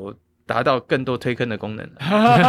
达到更多推坑的功能了。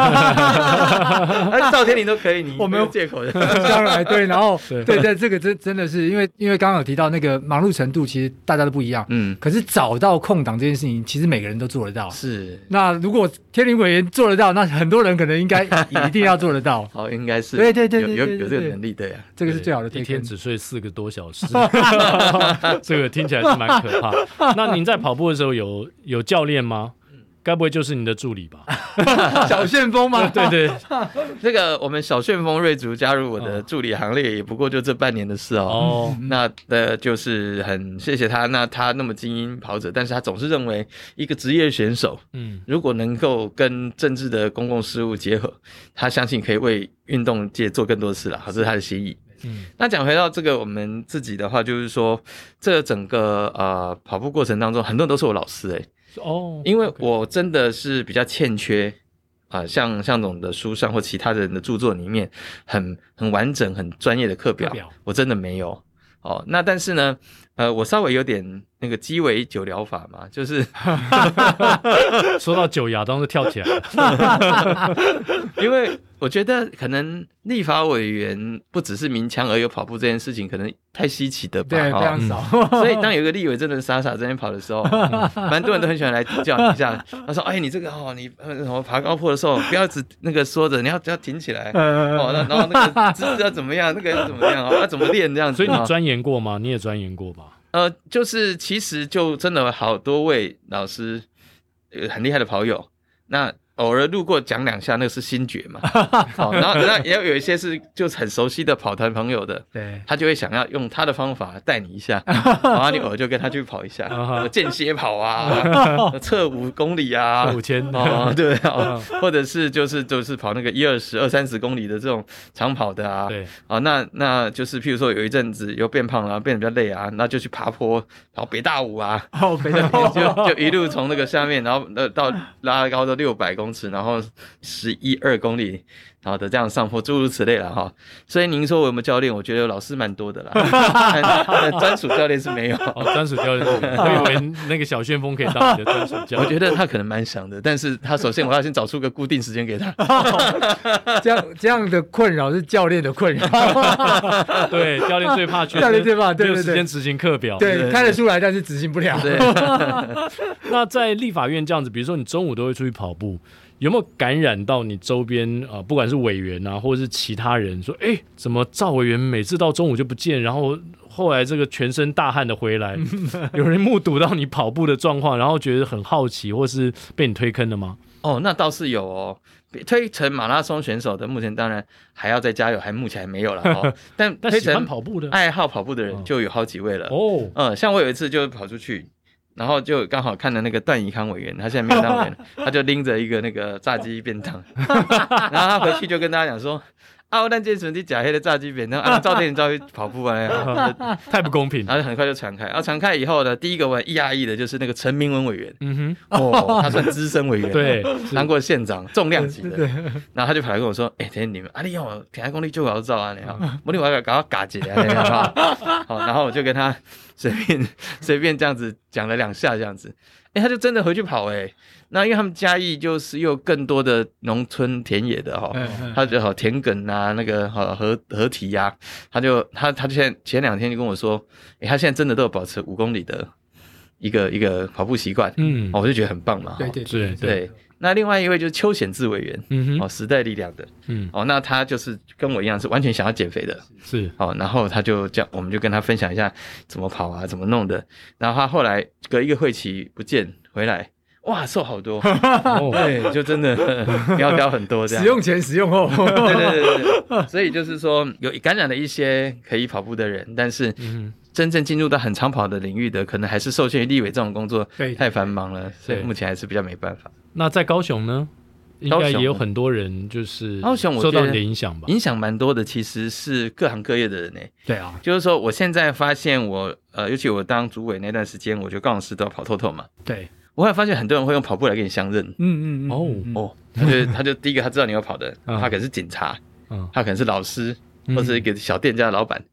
啊，赵天麟都可以，你我没有借口的。 将来对，然后对对，这个真真的是因为因为刚刚有提到那个忙碌程度，其实大家都不一样。嗯，可是找到空档这件事情，其实每个人都做得到。 是， 那如果天麟委员做得到，那很多人可能应该一定要做得到。 好，应该是对对对对有有有这个能力的呀。 这个是最好的推坑。 一天只睡四个多小时，这个听起来是蛮可怕。那您在跑步的时候有有教练吗？该不会就是你的助理吧？ 小旋风吗？ 对对， 这个我们小旋风瑞竹加入我的助理行列，也不过就这半年的事哦。哦，那的就是很谢谢他。那他那么精英跑者，但是他总是认为一个职业选手，嗯，如果能够跟政治的公共事务结合，他相信可以为运动界做更多事了。好，这是他的心意。嗯，那讲回到这个我们自己的话，就是说，这整个呃跑步过程当中，很多人都是我老师哎、欸。哦，因为我真的是比较欠缺啊、呃，像向总的书上或其他人的著作里面很很完整、很专业的课表，表我真的没有。哦，那但是呢，呃，我稍微有点那个鸡尾酒疗法嘛，就是说到酒，亚当就跳起来了， 因为我觉得可能立法委员不只是鸣枪而有跑步这件事情，可能太稀奇的吧， 对，非常少。 嗯、所以当有一个立委真的傻傻在那边跑的时候，蛮、嗯、多人都很喜欢来指教你一下。他说：“哎，你这个哦，你什么爬高坡的时候，不要只那个说着，你要要挺起来哦，然后那个姿势要怎么样，那个要怎么样哦，要怎么练这样子。” 所以你钻研过吗？你也钻研过吧？ 呃，就是其实就真的好多位老师，呃，很厉害的跑友，那偶尔路过讲两下，那个是心诀嘛。好，然后那也有一些是就很熟悉的跑团朋友的，对，他就会想要用他的方法带你一下，然后你偶尔就跟他去跑一下，间歇跑啊，测五公里啊， 五千哦，对啊，或者是就是就是跑那个一二十、二三十公里的这种长跑的啊，对，啊，那那就是譬如说有一阵子又变胖了、啊，变得比较累啊，那就去爬坡，跑北大武啊， 哦，北大武就就一路从那个下面，然后呃到拉高到六百公尺，然后十一二公里，然后的这样上坡，诸如此类了哈。所以您说我有没有教练？我觉得老师蛮多的啦，专属教练是没有。 哦，专属教练是没有，我以为那个小旋风可以当你的专属教练。 我觉得他可能蛮想的，但是他首先我要先找出个固定时间给他。 哦、这样这样的困扰是教练的困扰。 对，教练最怕缺， 教练最怕对对对， 没有时间执行课表。 对，对开得出来，但是执行不了。 对。 那在立法院这样子，比如说你中午都会出去跑步。有没有感染到你周边啊、呃？不管是委员啊，或者是其他人，说，哎，怎么赵委员每次到中午就不见，然后后来这个全身大汗的回来，有人目睹到你跑步的状况，然后觉得很好奇，或是被你推坑的吗？ 哦，那倒是有哦。推成马拉松选手的，目前当然还要再加油，还目前还没有了哦。但推成跑步的、 爱好跑步的人就有好几位了哦。嗯，像我有一次就跑出去。然后就刚好看了那个段宜康委员，他现在没有当委员，他就拎着一个那个炸鸡便当，然后他回去就跟大家讲说：“啊，我咱这阵子吃黑的炸鸡便当，啊，赵天麟照去跑步啊， 太不公平。” 然后很快就传开，然后传开以后呢，第一个我很讶异的就是那个陈明文委员，嗯哼，哦，他算资深委员， 对， 当过县长，重量级的，然后他就跑来跟我说：“哎、欸，天你们，啊，你用田海公里就好照啊，你好，我另外搞到嘎姐啊，你好，好，然后我就跟他。”随便随便这样子讲了两下，这样子，哎、欸，他就真的回去跑哎、欸。那因为他们嘉义就是又有更多的农村田野的哈，他就好田埂啊，那个好河河堤呀，他就他他现在前两天就跟我说，哎、欸，他现在真的都有保持五公里的一个一个跑步习惯，嗯、哦，我就觉得很棒嘛， 对对对对, 对。那另外一位就是邱显智委员，嗯哼，哦，时代力量的，嗯，哦，那他就是跟我一样是完全想要减肥的， 是， 哦，然后他就这样，我们就跟他分享一下怎么跑啊，怎么弄的，然后他后来隔一个会期不见回来，哇，瘦好多，哦、对，就真的苗条很多这样， 使用前使用后， 对对对对对，所以就是说有感染了一些可以跑步的人，但是，嗯。真正进入到很长跑的领域的，可能还是受限于立委这种工作太繁忙了，所以目前还是比较没办法。 那在高雄呢，应该也有很多人就是受到你的影响吧？ 影响蛮多的，其实是各行各业的人呢、欸。 对啊， 就是说我现在发现我呃，尤其我当主委那段时间，我觉得高雄市都要跑透透嘛。 对， 我还发现很多人会用跑步来跟你相认。嗯嗯嗯。哦哦，他就他就第一个他知道你要跑的，他可能是警察，他可能是老师，或者一个小店家的老板。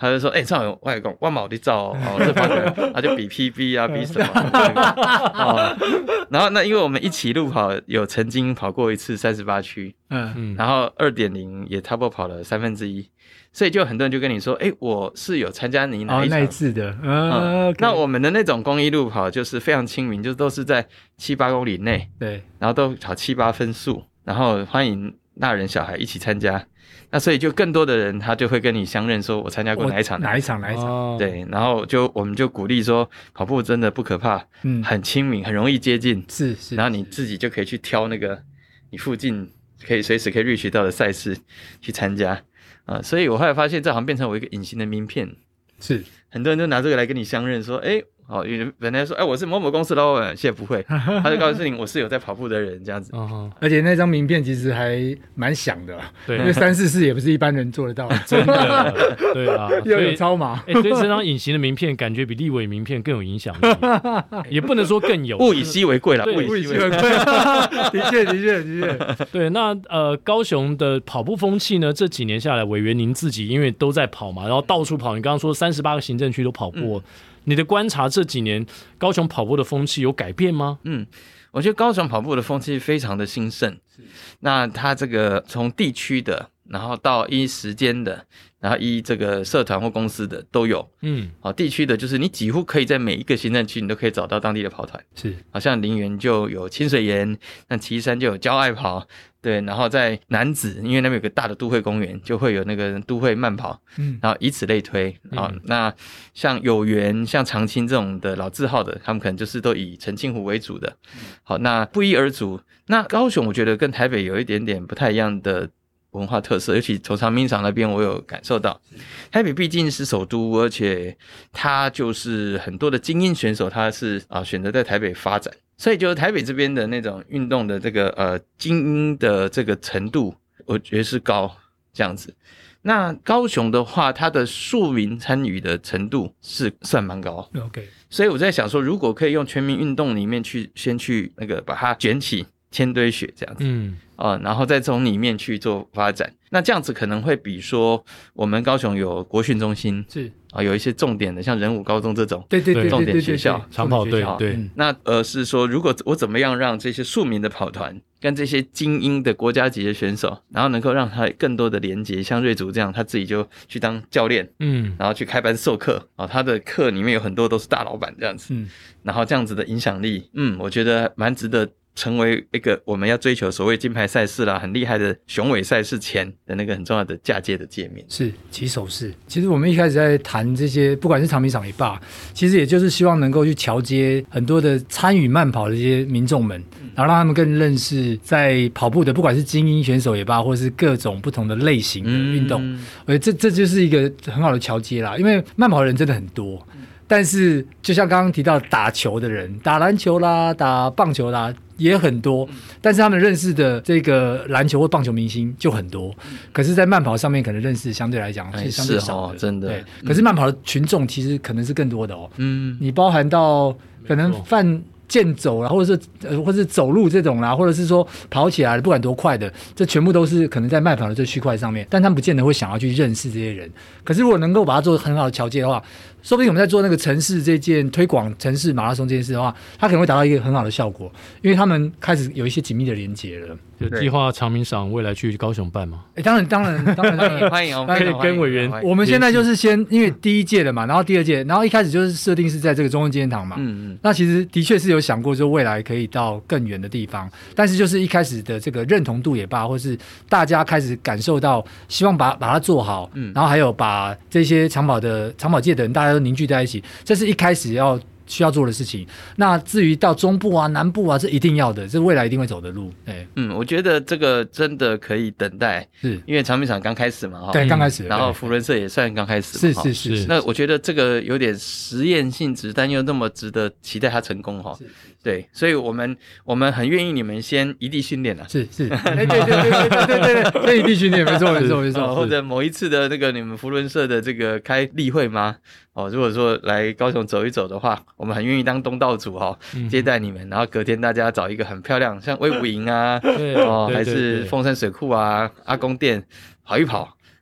他就说：“哎、欸，赵勇，我讲我冇得照哦，哦这跑起来，他就比 P B 啊，比什么、哦？然后那因为我们一起路跑，有曾经跑过一次三十八区，嗯，然后 二点零 也差不多跑了三分之一，所以就很多人就跟你说：，哎、欸，我是有参加你哪一场、 哦、那一次的， 嗯，嗯 okay. 那我们的那种公益路跑就是非常亲民，就都是在七八公里内， 对， 然后都跑七八分数，然后欢迎大人小孩一起参加。”那所以就更多的人他就会跟你相认说我参加过哪一场哪一场哪一场、哦、 对，然后就我们就鼓励说跑步真的不可怕，嗯，很亲民，很容易接近， 是是， 然后你自己就可以去挑那个你附近可以随时可以 reach 到的赛事去参加啊、呃，所以我后来发现这好像变成我一个隐形的名片， 是很多人都拿这个来跟你相认说，哎，哦，本来说，哎，我是某某公司的老板，现在不会，他就告诉你我是有在跑步的人，这样子。 哦、而且那张名片其实还蛮响的，对，因为三四四也不是一般人做得到的， 真的，对啊， 又有超码， 哎，所以这张隐形的名片感觉比立委名片更有影响力，也不能说更有， 物以稀为贵啦， 物以稀为贵，的确的确的确， 对，那呃，高雄的跑步风气呢，这几年下来，委员您自己因为都在跑嘛，然后到处跑，你刚刚说三十八个行政区都跑过。嗯，你的观察这几年高雄跑步的风气有改变吗？ 嗯，我觉得高雄跑步的风气非常的兴盛。那它这个从地区的，然后到依时间的，然后依这个社团或公司的都有。嗯，好，地区的就是你几乎可以在每一个行政区你都可以找到当地的跑团。 是， 好像林园就有清水岩，那旗山就有郊爱跑。对，然后在楠梓，因为那边有个大的都会公园，就会有那个都会慢跑，嗯，然后以此类推啊、嗯。那像有缘、像长青这种的老字号的，他们可能就是都以澄清湖为主的。好，那不一而足。那高雄我觉得跟台北有一点点不太一样的文化特色，尤其从长滨场那边我有感受到，台北毕竟是首都，而且它就是很多的精英选手，他是啊选择在台北发展。所以就是台北这边的那种运动的这个呃精英的这个程度，我觉得是高这样子。那高雄的话，它的庶民参与的程度是算蛮高。 OK， 所以我在想说，如果可以用全民运动里面去先去那个把它卷起千堆雪这样子，嗯啊、呃，然后再从里面去做发展，那这样子可能会比说我们高雄有国训中心是。 啊，有一些重点的，像仁武高中这种， 对对对， 重点学校、 长跑队，对。 那呃是说，如果我怎么样让这些庶民的跑团跟这些精英的国家级的选手，然后能够让他更多的连结，像瑞竹这样，他自己就去当教练，嗯，然后去开班授课啊，他的课里面有很多都是大老板这样子，嗯，然后这样子的影响力，嗯，我觉得蛮值得。成为一个我们要追求所谓金牌赛事啦，很厉害的雄伟赛事前的那个很重要的嫁接的界面， 是起手式。其实我们一开始在谈这些，不管是长滨场也罢，其实也就是希望能够去桥接很多的参与慢跑的这些民众们，然后让他们更认识在跑步的，不管是精英选手也罢，或是各种不同的类型的运动，嗯、我觉得这这就是一个很好的桥接啦。因为慢跑的人真的很多。但是就像刚刚提到打球的人，打篮球啦，打棒球啦也很多，但是他们认识的这个篮球或棒球明星就很多，可是在慢跑上面可能认识相对来讲是相对少的、 哎、真的对、嗯、可是慢跑的群众其实可能是更多的哦，嗯，你包含到可能泛健走啦，或者是呃，或者是走路这种啦，或者是说跑起来不管多快的，这全部都是可能在慢跑的这区块上面，但他们不见得会想要去认识这些人。可是如果能够把它做很好的桥接的话，说不定我们在做那个城市这件推广城市马拉松这件事的话，它可能会达到一个很好的效果，因为他们开始有一些紧密的连结了。 有计划长滨场未来去高雄办吗？ 哎，当然，当然，当然， 欢迎欢迎哦， 可以跟委员。 我们现在就是先，因为第一届了嘛，然后第二届，然后一开始就是设定是在这个中央纪念堂嘛。嗯嗯。那其实的确是有想过，说未来可以到更远的地方，但是就是一开始的这个认同度也罢，或是大家开始感受到，希望把把它做好，嗯，然后还有把这些长跑的长跑界的人大家都凝聚在一起，这是一开始要。需要做的事情。那至于到中部啊、南部啊，这一定要的，这未来一定会走的路。哎， 嗯，我觉得这个真的可以等待，是因为长滨场刚开始嘛， 对，刚开始， 然后福伦社也算刚开始， 是是是是。 那我觉得这个有点实验性质，但又那么值得期待它成功哈。对，所以我们我们很愿意你们先异地训练啊， 是是，哎对对对对对对对，先异地训练，没错没错没错， 或者某一次的那个你们福伦社的这个开例会吗？哦，如果说来高雄走一走的话，我们很愿意当东道主哈、哦嗯，接待你们，然后隔天大家找一个很漂亮，像威武营啊， 对哦，还是凤山水库啊、阿公店跑一跑。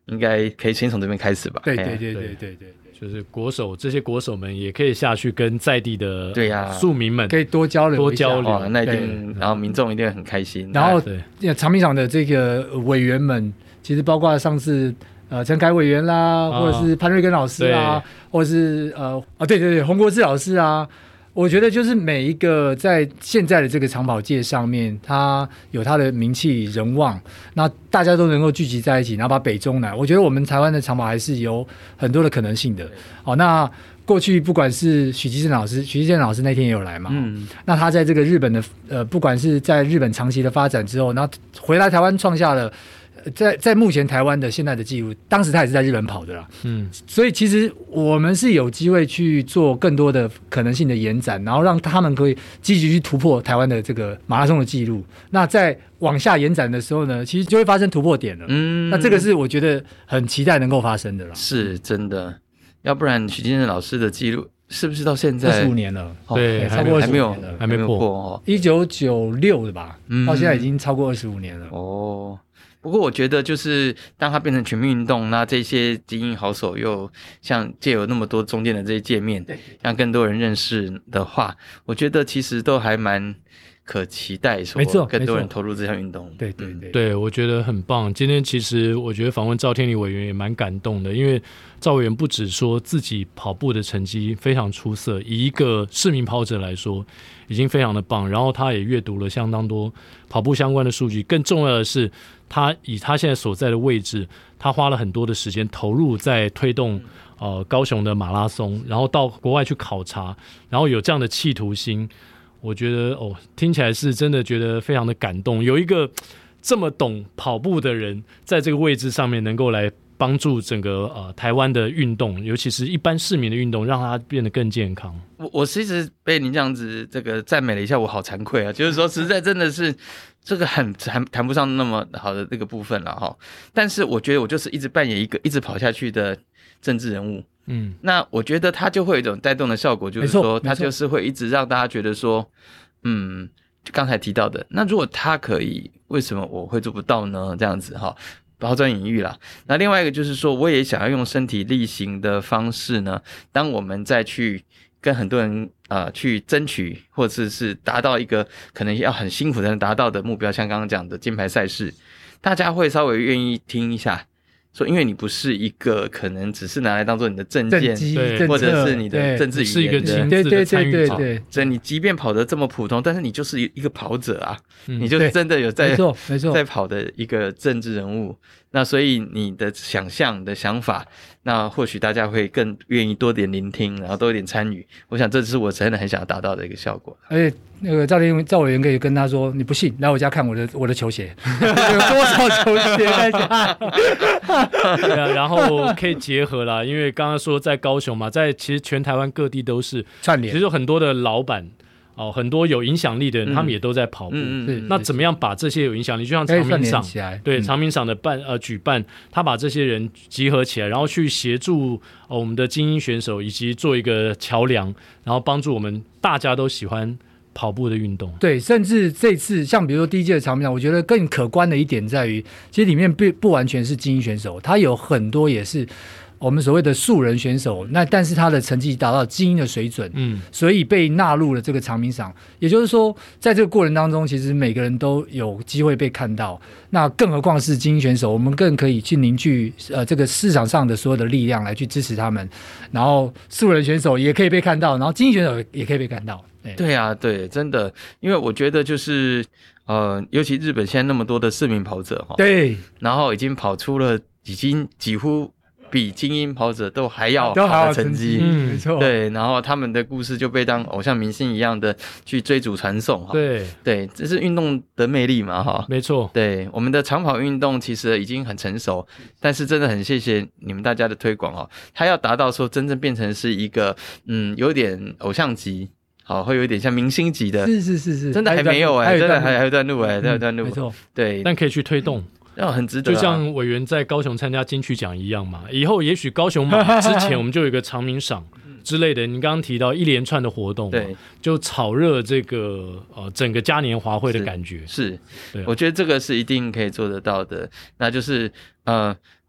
应该可以先从这边开始吧。 对对对对对对， 就是国手这些国手们也可以下去跟在地的对呀庶民们可以多交流多交流， 哇那一定，然后民众一定会很开心。 然后对长明场的这个委员们，其实包括上次呃陈凯委员啦， 哦、 或者是潘瑞根老师啦，或者是呃啊对对对洪国志老师啊。我觉得就是每一个在现在的这个长跑界上面，他有他的名气人望，那大家都能够聚集在一起，然后把北中南，我觉得我们台湾的长跑还是有很多的可能性的。好，那过去不管是许基正老师，许基正老师那天也有来嘛，嗯，那他在这个日本的呃，不管是在日本长期的发展之后，然后回来台湾创下了。在在目前台湾的现在的记录，当时他也是在日本跑的啦，嗯，所以其实我们是有机会去做更多的可能性的延展，然后让他们可以积极去突破台湾的这个马拉松的记录。那在往下延展的时候呢，其实就会发生突破点了，嗯，那这个是我觉得很期待能够发生的啦， 是真的，要不然许金正老师的记录是不是到现在二十五年了？ 哦、对， 超过还没有还没破哦， 一九九六的吧，嗯，到现在已经超过二十五年了哦。不过我觉得就是当它变成全民运动，那这些精英好手又像借有那么多中间的这些界面，让更多人认识的话，我觉得其实都还蛮可期待，说更多人投入这项运动。 对对对， 对，我觉得很棒。今天其实我觉得访问赵天麟委员也蛮感动的，因为赵委员不只说自己跑步的成绩非常出色，以一个市民跑者来说已经非常的棒，然后他也阅读了相当多跑步相关的数据，更重要的是他以他现在所在的位置，他花了很多的时间投入在推动呃高雄的马拉松，然后到国外去考察，然后有这样的企图心，我觉得哦，听起来是真的觉得非常的感动。有一个这么懂跑步的人在这个位置上面能够来帮助整个呃台湾的运动，尤其是一般市民的运动，让它变得更健康。 我我其实被您这样子这个赞美了一下，我好惭愧啊！就是说，实在真的是这个很谈谈不上那么好的这个部分了哈。但是我觉得我就是一直扮演一个一直跑下去的政治人物，嗯，那我觉得他就会有一种带动的效果，就是说他就是会一直让大家觉得说，嗯，就刚才提到的，那如果他可以，为什么我会做不到呢？这样子哈。抛砖引玉啦。那另外一个就是说，我也想要用身体力行的方式呢，当我们再去跟很多人呃去争取，或者是达到一个可能要很辛苦才能达到的目标，像刚刚讲的金牌赛事，大家会稍微愿意听一下。说，因为你不是一个可能只是拿来当做你的政见， 对， 或者是你的政治语言， 是一个亲自的参与者。 所以你即便跑得这么普通，但是你就是一个跑者啊，嗯、你就真的有在没错没错在跑的一个政治人物。那所以你的想象的想法，那或许大家会更愿意多点聆听，然后多一点参与。我想这是我真的很想要达到的一个效果。 而且那个赵天赵委员可以跟他说，你不信来我家看我的我的球鞋，有多少球鞋在家。 对啊，然后可以结合啦，因为刚刚说在高雄嘛，在其实全台湾各地都是串联， 其实有很多的老板。哦，很多有影响力的人，嗯、他们也都在跑步。嗯嗯、那怎么样把这些有影响力，就像长明赏，对、嗯、长明赏的办呃举办，他把这些人集合起来，然后去协助、哦、我们的精英选手，以及做一个桥梁，然后帮助我们大家都喜欢跑步的运动。 对，甚至这次像比如说第一届的长明赏，我觉得更可观的一点在于，其实里面不不完全是精英选手，他有很多也是。我们所谓的素人选手，那但是他的成绩达到精英的水准，嗯，所以被纳入了这个长明赏。也就是说，在这个过程当中，其实每个人都有机会被看到。那更何况是精英选手，我们更可以去凝聚呃这个市场上的所有的力量来去支持他们。然后素人选手也可以被看到，然后精英选手也可以被看到。 对, 对啊，对，真的，因为我觉得就是呃，尤其日本现在那么多的市民跑者哈， 对， 然后已经跑出了已经几乎。比精英跑者都还要好的成绩， 嗯，没错， 对，然后他们的故事就被当偶像明星一样的去追逐传送， 对对，这是运动的魅力嘛，哈， 没错， 对，我们的长跑运动其实已经很成熟，但是真的很谢谢你们大家的推广哦，它要达到说真正变成是一个嗯有点偶像级。好，会有一点像明星级的， 是是是是， 真的还没有哎、欸，真的还还有段路哎、欸，还有段路， 没错， 对， 但可以去推动。 要很值得、啊， 就像委员在高雄参加金曲奖一样嘛。以后也许高雄马之前我们就有一个长明赏之类的。你刚刚提到一连串的活动， 对， 就炒热这个呃整个嘉年华会的感觉。 是， 是对、啊， 我觉得这个是一定可以做得到的。那就是呃，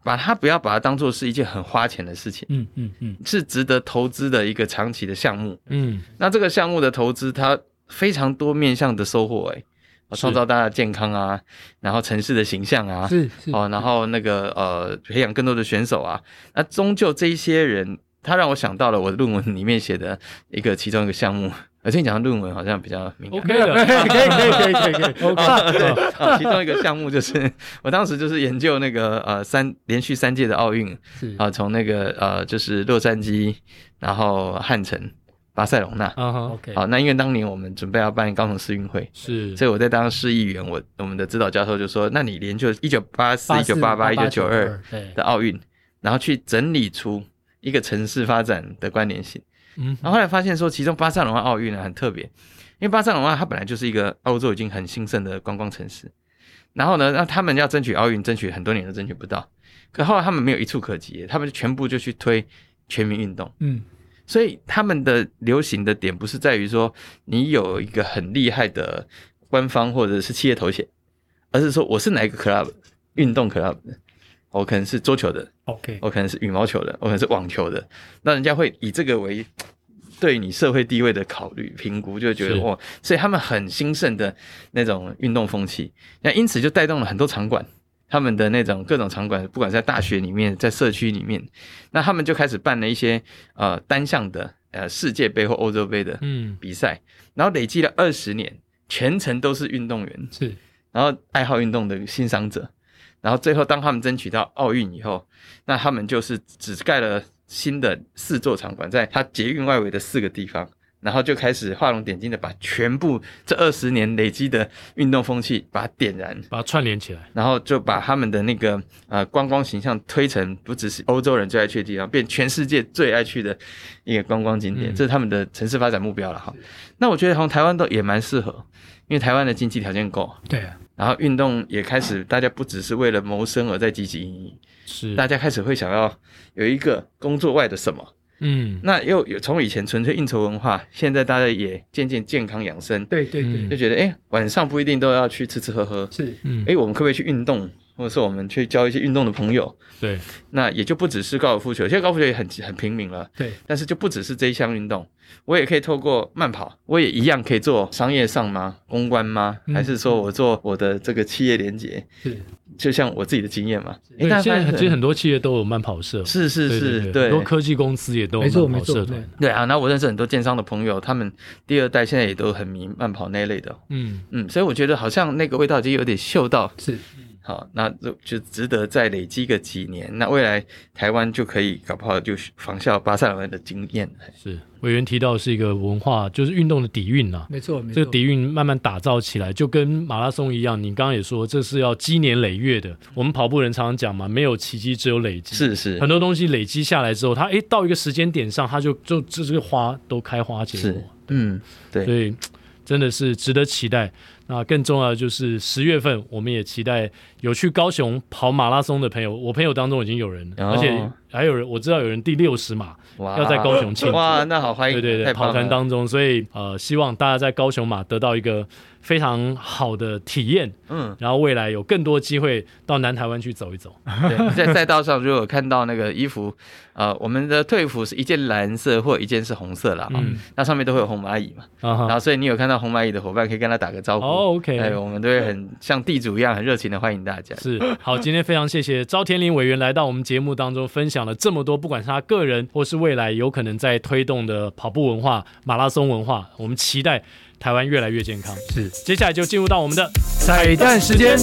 把它不要把它当做是一件很花钱的事情， 嗯嗯嗯， 是值得投资的一个长期的项目。 嗯， 那这个项目的投资，它非常多面向的收获、欸，哎，创造大家的健康啊，然后城市的形象啊， 是是哦，然后那个呃，培养更多的选手啊，那终究这一些人，他让我想到了我论文里面写的一个其中一个项目。而且你讲的论文好像比较敏感 ，OK 的，可以可以可以可以可以 ，OK， 对，好，其中一个项目就是我当时就是研究那个呃三连续三届的奥运，啊，从那个呃就是洛杉矶，然后汉城、巴塞隆纳， 啊哈 ，OK， 好，那因为当年我们准备要办高雄市运会， 是， 所以我在当市议员，我我们的指导教授就说，那你研究一九八四、一九八八、一九九二的奥运，然后去整理出一个城市发展的关联性。嗯，然后后来发现说，其中巴塞隆纳奥运呢很特别，因为巴塞隆纳它本来就是一个欧洲已经很兴盛的观光城市，然后呢，那他们要争取奥运，争取很多年都争取不到，可后来他们没有一触可及，他们全部就去推全民运动，嗯，所以他们的流行的点不是在于说你有一个很厉害的官方或者是企业头衔，而是说我是哪一个 club 运动 club 的。我可能是桌球的 ，OK， 我可能是羽毛球的，我可能是网球的，那人家会以这个为对你社会地位的考虑评估，就觉得哇，所以他们很兴盛的那种运动风气，那因此就带动了很多场馆，他们的那种各种场馆，不管是在大学里面，在社区里面，那他们就开始办了一些呃单项的呃世界杯或欧洲杯的比赛，嗯，然后累积了二十年，全程都是运动员， 是， 然后爱好运动的欣赏者。然后最后当他们争取到奥运以后，那他们就是只盖了新的四座场馆，在它捷运外围的四个地方，然后就开始画龙点睛的把全部这二十年累积的运动风气把它点燃， 把它串联起来， 然后就把他们的那个呃观光形象推成不只是欧洲人最爱去的地方，变全世界最爱去的一个观光景点，嗯，这是他们的城市发展目标了哈。那我觉得从台湾都也蛮适合，因为台湾的经济条件够， 对啊。 然后运动也开始，大家不只是为了谋生而在积极营营， 是大家开始会想要有一个工作外的什么，嗯，那又有从以前纯粹应酬文化，现在大家也渐渐健康养生， 对对对， 就觉得哎，晚上不一定都要去吃吃喝喝， 是， 嗯，哎，我们可不可以去运动，或者是我们去交一些运动的朋友， 对， 那也就不只是高尔夫球，现在高尔夫球也很很平民了， 对， 但是就不只是这一项运动。我也可以透过慢跑，我也一样可以做商业上吗？公关吗？嗯，还是说我做我的这个企业连结？是，就像我自己的经验嘛。 对，现在其实很多企业都有慢跑社， 是是是， 对, 对, 对， 很多科技公司也都有慢跑社团。 对啊，那我认识很多电商的朋友，他们第二代现在也都很迷慢跑那一类的。嗯嗯，所以我觉得好像那个味道已经有点嗅到。 是。 好，那就值得再累积个几年，那未来台湾就可以搞不好就仿效巴塞罗那的经验。 是，委员提到是一个文化，就是运动的底蕴啊， 没错，没错， 这个底蕴慢慢打造起来，就跟马拉松一样。你刚刚也说，这是要积年累月的。我们跑步人常常讲嘛，没有奇迹，只有累积。 是是， 很多东西累积下来之后，它哎到一个时间点上，它就就这这个花都开花结果。 嗯，对， 所以真的是值得期待。那更重要的就是十月份，我们也期待有去高雄跑马拉松的朋友，我朋友当中已经有人，哦，而且还有人我知道有人第六十码要在高雄庆祝， 哇，那好欢迎！ 对对对，跑团当中，所以呃，希望大家在高雄马得到一个非常好的体验，嗯，然后未来有更多机会到南台湾去走一走。 对，在赛道上如果看到那个衣服，呃，我们的队服是一件蓝色或一件是红色啦，嗯，那上面都会有红蚂蚁嘛，啊，然后所以你有看到红蚂蚁的伙伴可以跟他打个招呼。 哦 ，OK， 哎，我们都会很像地主一样很热情的欢迎大家。 是，好，今天非常谢谢招田麟委员来到我们节目当中，分享了这么多，不管是他个人或是未来有可能在推动的跑步文化、马拉松文化，我们期待台湾越来越健康。 是， 接下来就进入到我们的彩蛋时间。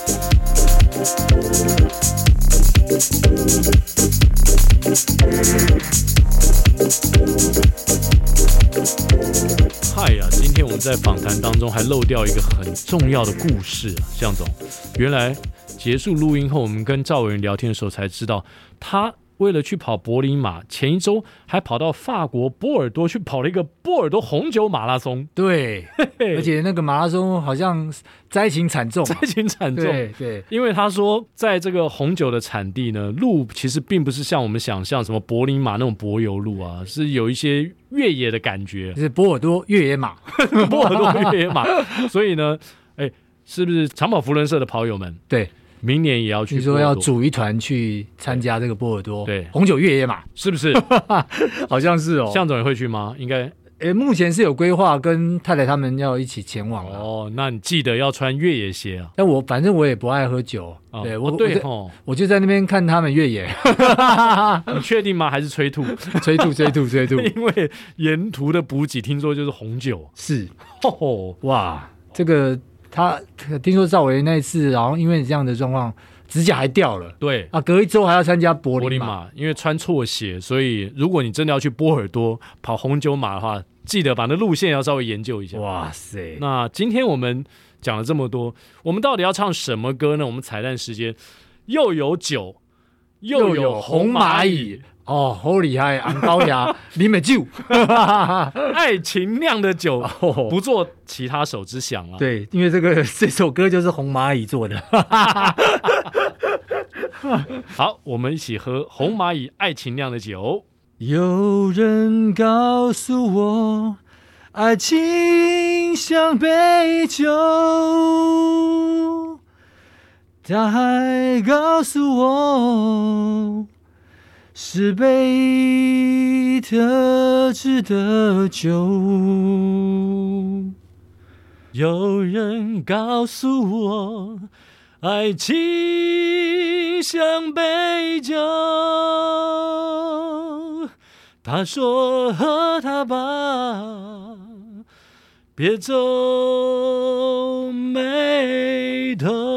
嗨呀，今天我们在访谈当中还漏掉一个很重要的故事啊，向总，原来结束录音后，我们跟赵委员聊天的时候才知道，他为了去跑柏林马，前一周还跑到法国波尔多去跑了一个波尔多红酒马拉松。 对，嘿嘿，而且那个马拉松好像灾情惨重， 灾情惨重。 对对， 因为他说，在这个红酒的产地呢，路其实并不是像我们想象什么柏林马那种柏油路啊，是有一些越野的感觉， 是波尔多越野马， 波尔多越野马。所以呢，哎，是不是长跑福伦社的跑友们？ 对。 明年也要去。 你说要组一团去参加这个波尔多对红酒越野马， 是不是？ 好像是哦。 向总也会去吗？应该。 诶，目前是有规划，跟太太他们要一起前往了。 哦，那你记得要穿越野鞋啊。 但我反正我也不爱喝酒， 哦、 对我、 哦、对哦， 我就在那边看他们越野。 你确定吗？还是催吐？ 催吐，催吐，催吐。 因为沿途的补给听说就是红酒。 是， 哦， 哇，这个他听说赵维那一次，然后因为这样的状况。指甲还掉了， 对啊，隔一周还要参加柏林马， 马，因为穿错鞋，所以如果你真的要去波尔多跑红酒马的话，记得把那路线要稍微研究一下。 哇塞！ 那今天我们讲了这么多，我们到底要唱什么歌呢？我们彩蛋时间又有酒，又有红蚂蚁。 哦，好厉害！红高粱，啉的酒， 爱情酿的酒，不做其他手之想啊。 对，因为这个这首歌就是红蚂蚁做的。 好，我们一起喝红蚂蚁爱情酿的酒。 有人告诉我，爱情像杯酒，他还告诉我。是杯特制的酒。 有人告诉我，爱情像杯酒。他说喝它吧，别皱眉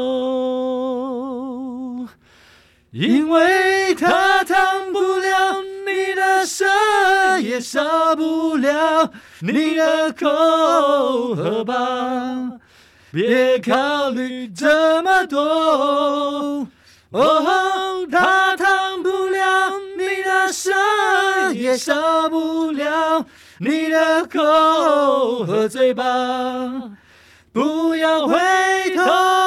头，因为它烫不了你的舌，也烧不了你的口，喝吧，别考虑这么多。哦，它烫不了你的舌，也烧不了你的口，喝醉吧，不要回头。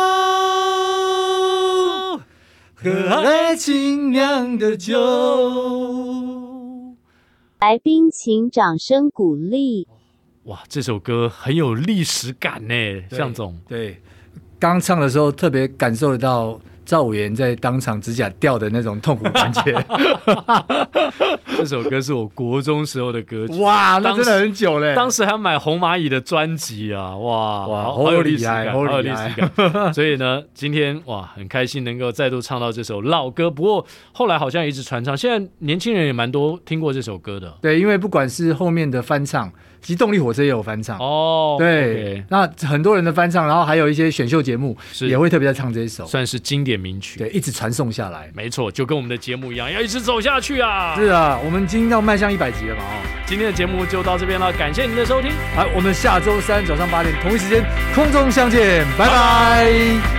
喝爱情酿的酒。 来宾请掌声鼓励。 哇，这首歌很有历史感呢，向总。 对，刚唱的时候特别感受得到赵武元在当场指甲掉的那种痛苦感觉。 这首歌是我国中时候的歌曲， 哇，那真的很久嘞。 当时还买红蚂蚁的专辑啊，哇哇，好, 好有历史感，好有历史感。所以呢，今天哇，很开心能够再度唱到这首老歌。不过后来好像一直传唱，现在年轻人也蛮多听过这首歌的。 对，因为不管是后面的翻唱，其实动力火车也有翻唱哦。 对， okay. 那很多人的翻唱，然后还有一些选秀节目也会特别在唱这一首， 算是经典名曲。 对，一直传送下来。 没错，就跟我们的节目一样，要一直走下去啊。 是啊，我们已经要迈向一百集了嘛。哦， 今天的节目就到这边了，感谢您的收听。 好，我们下周三早上八点同一时间空中相见，拜拜。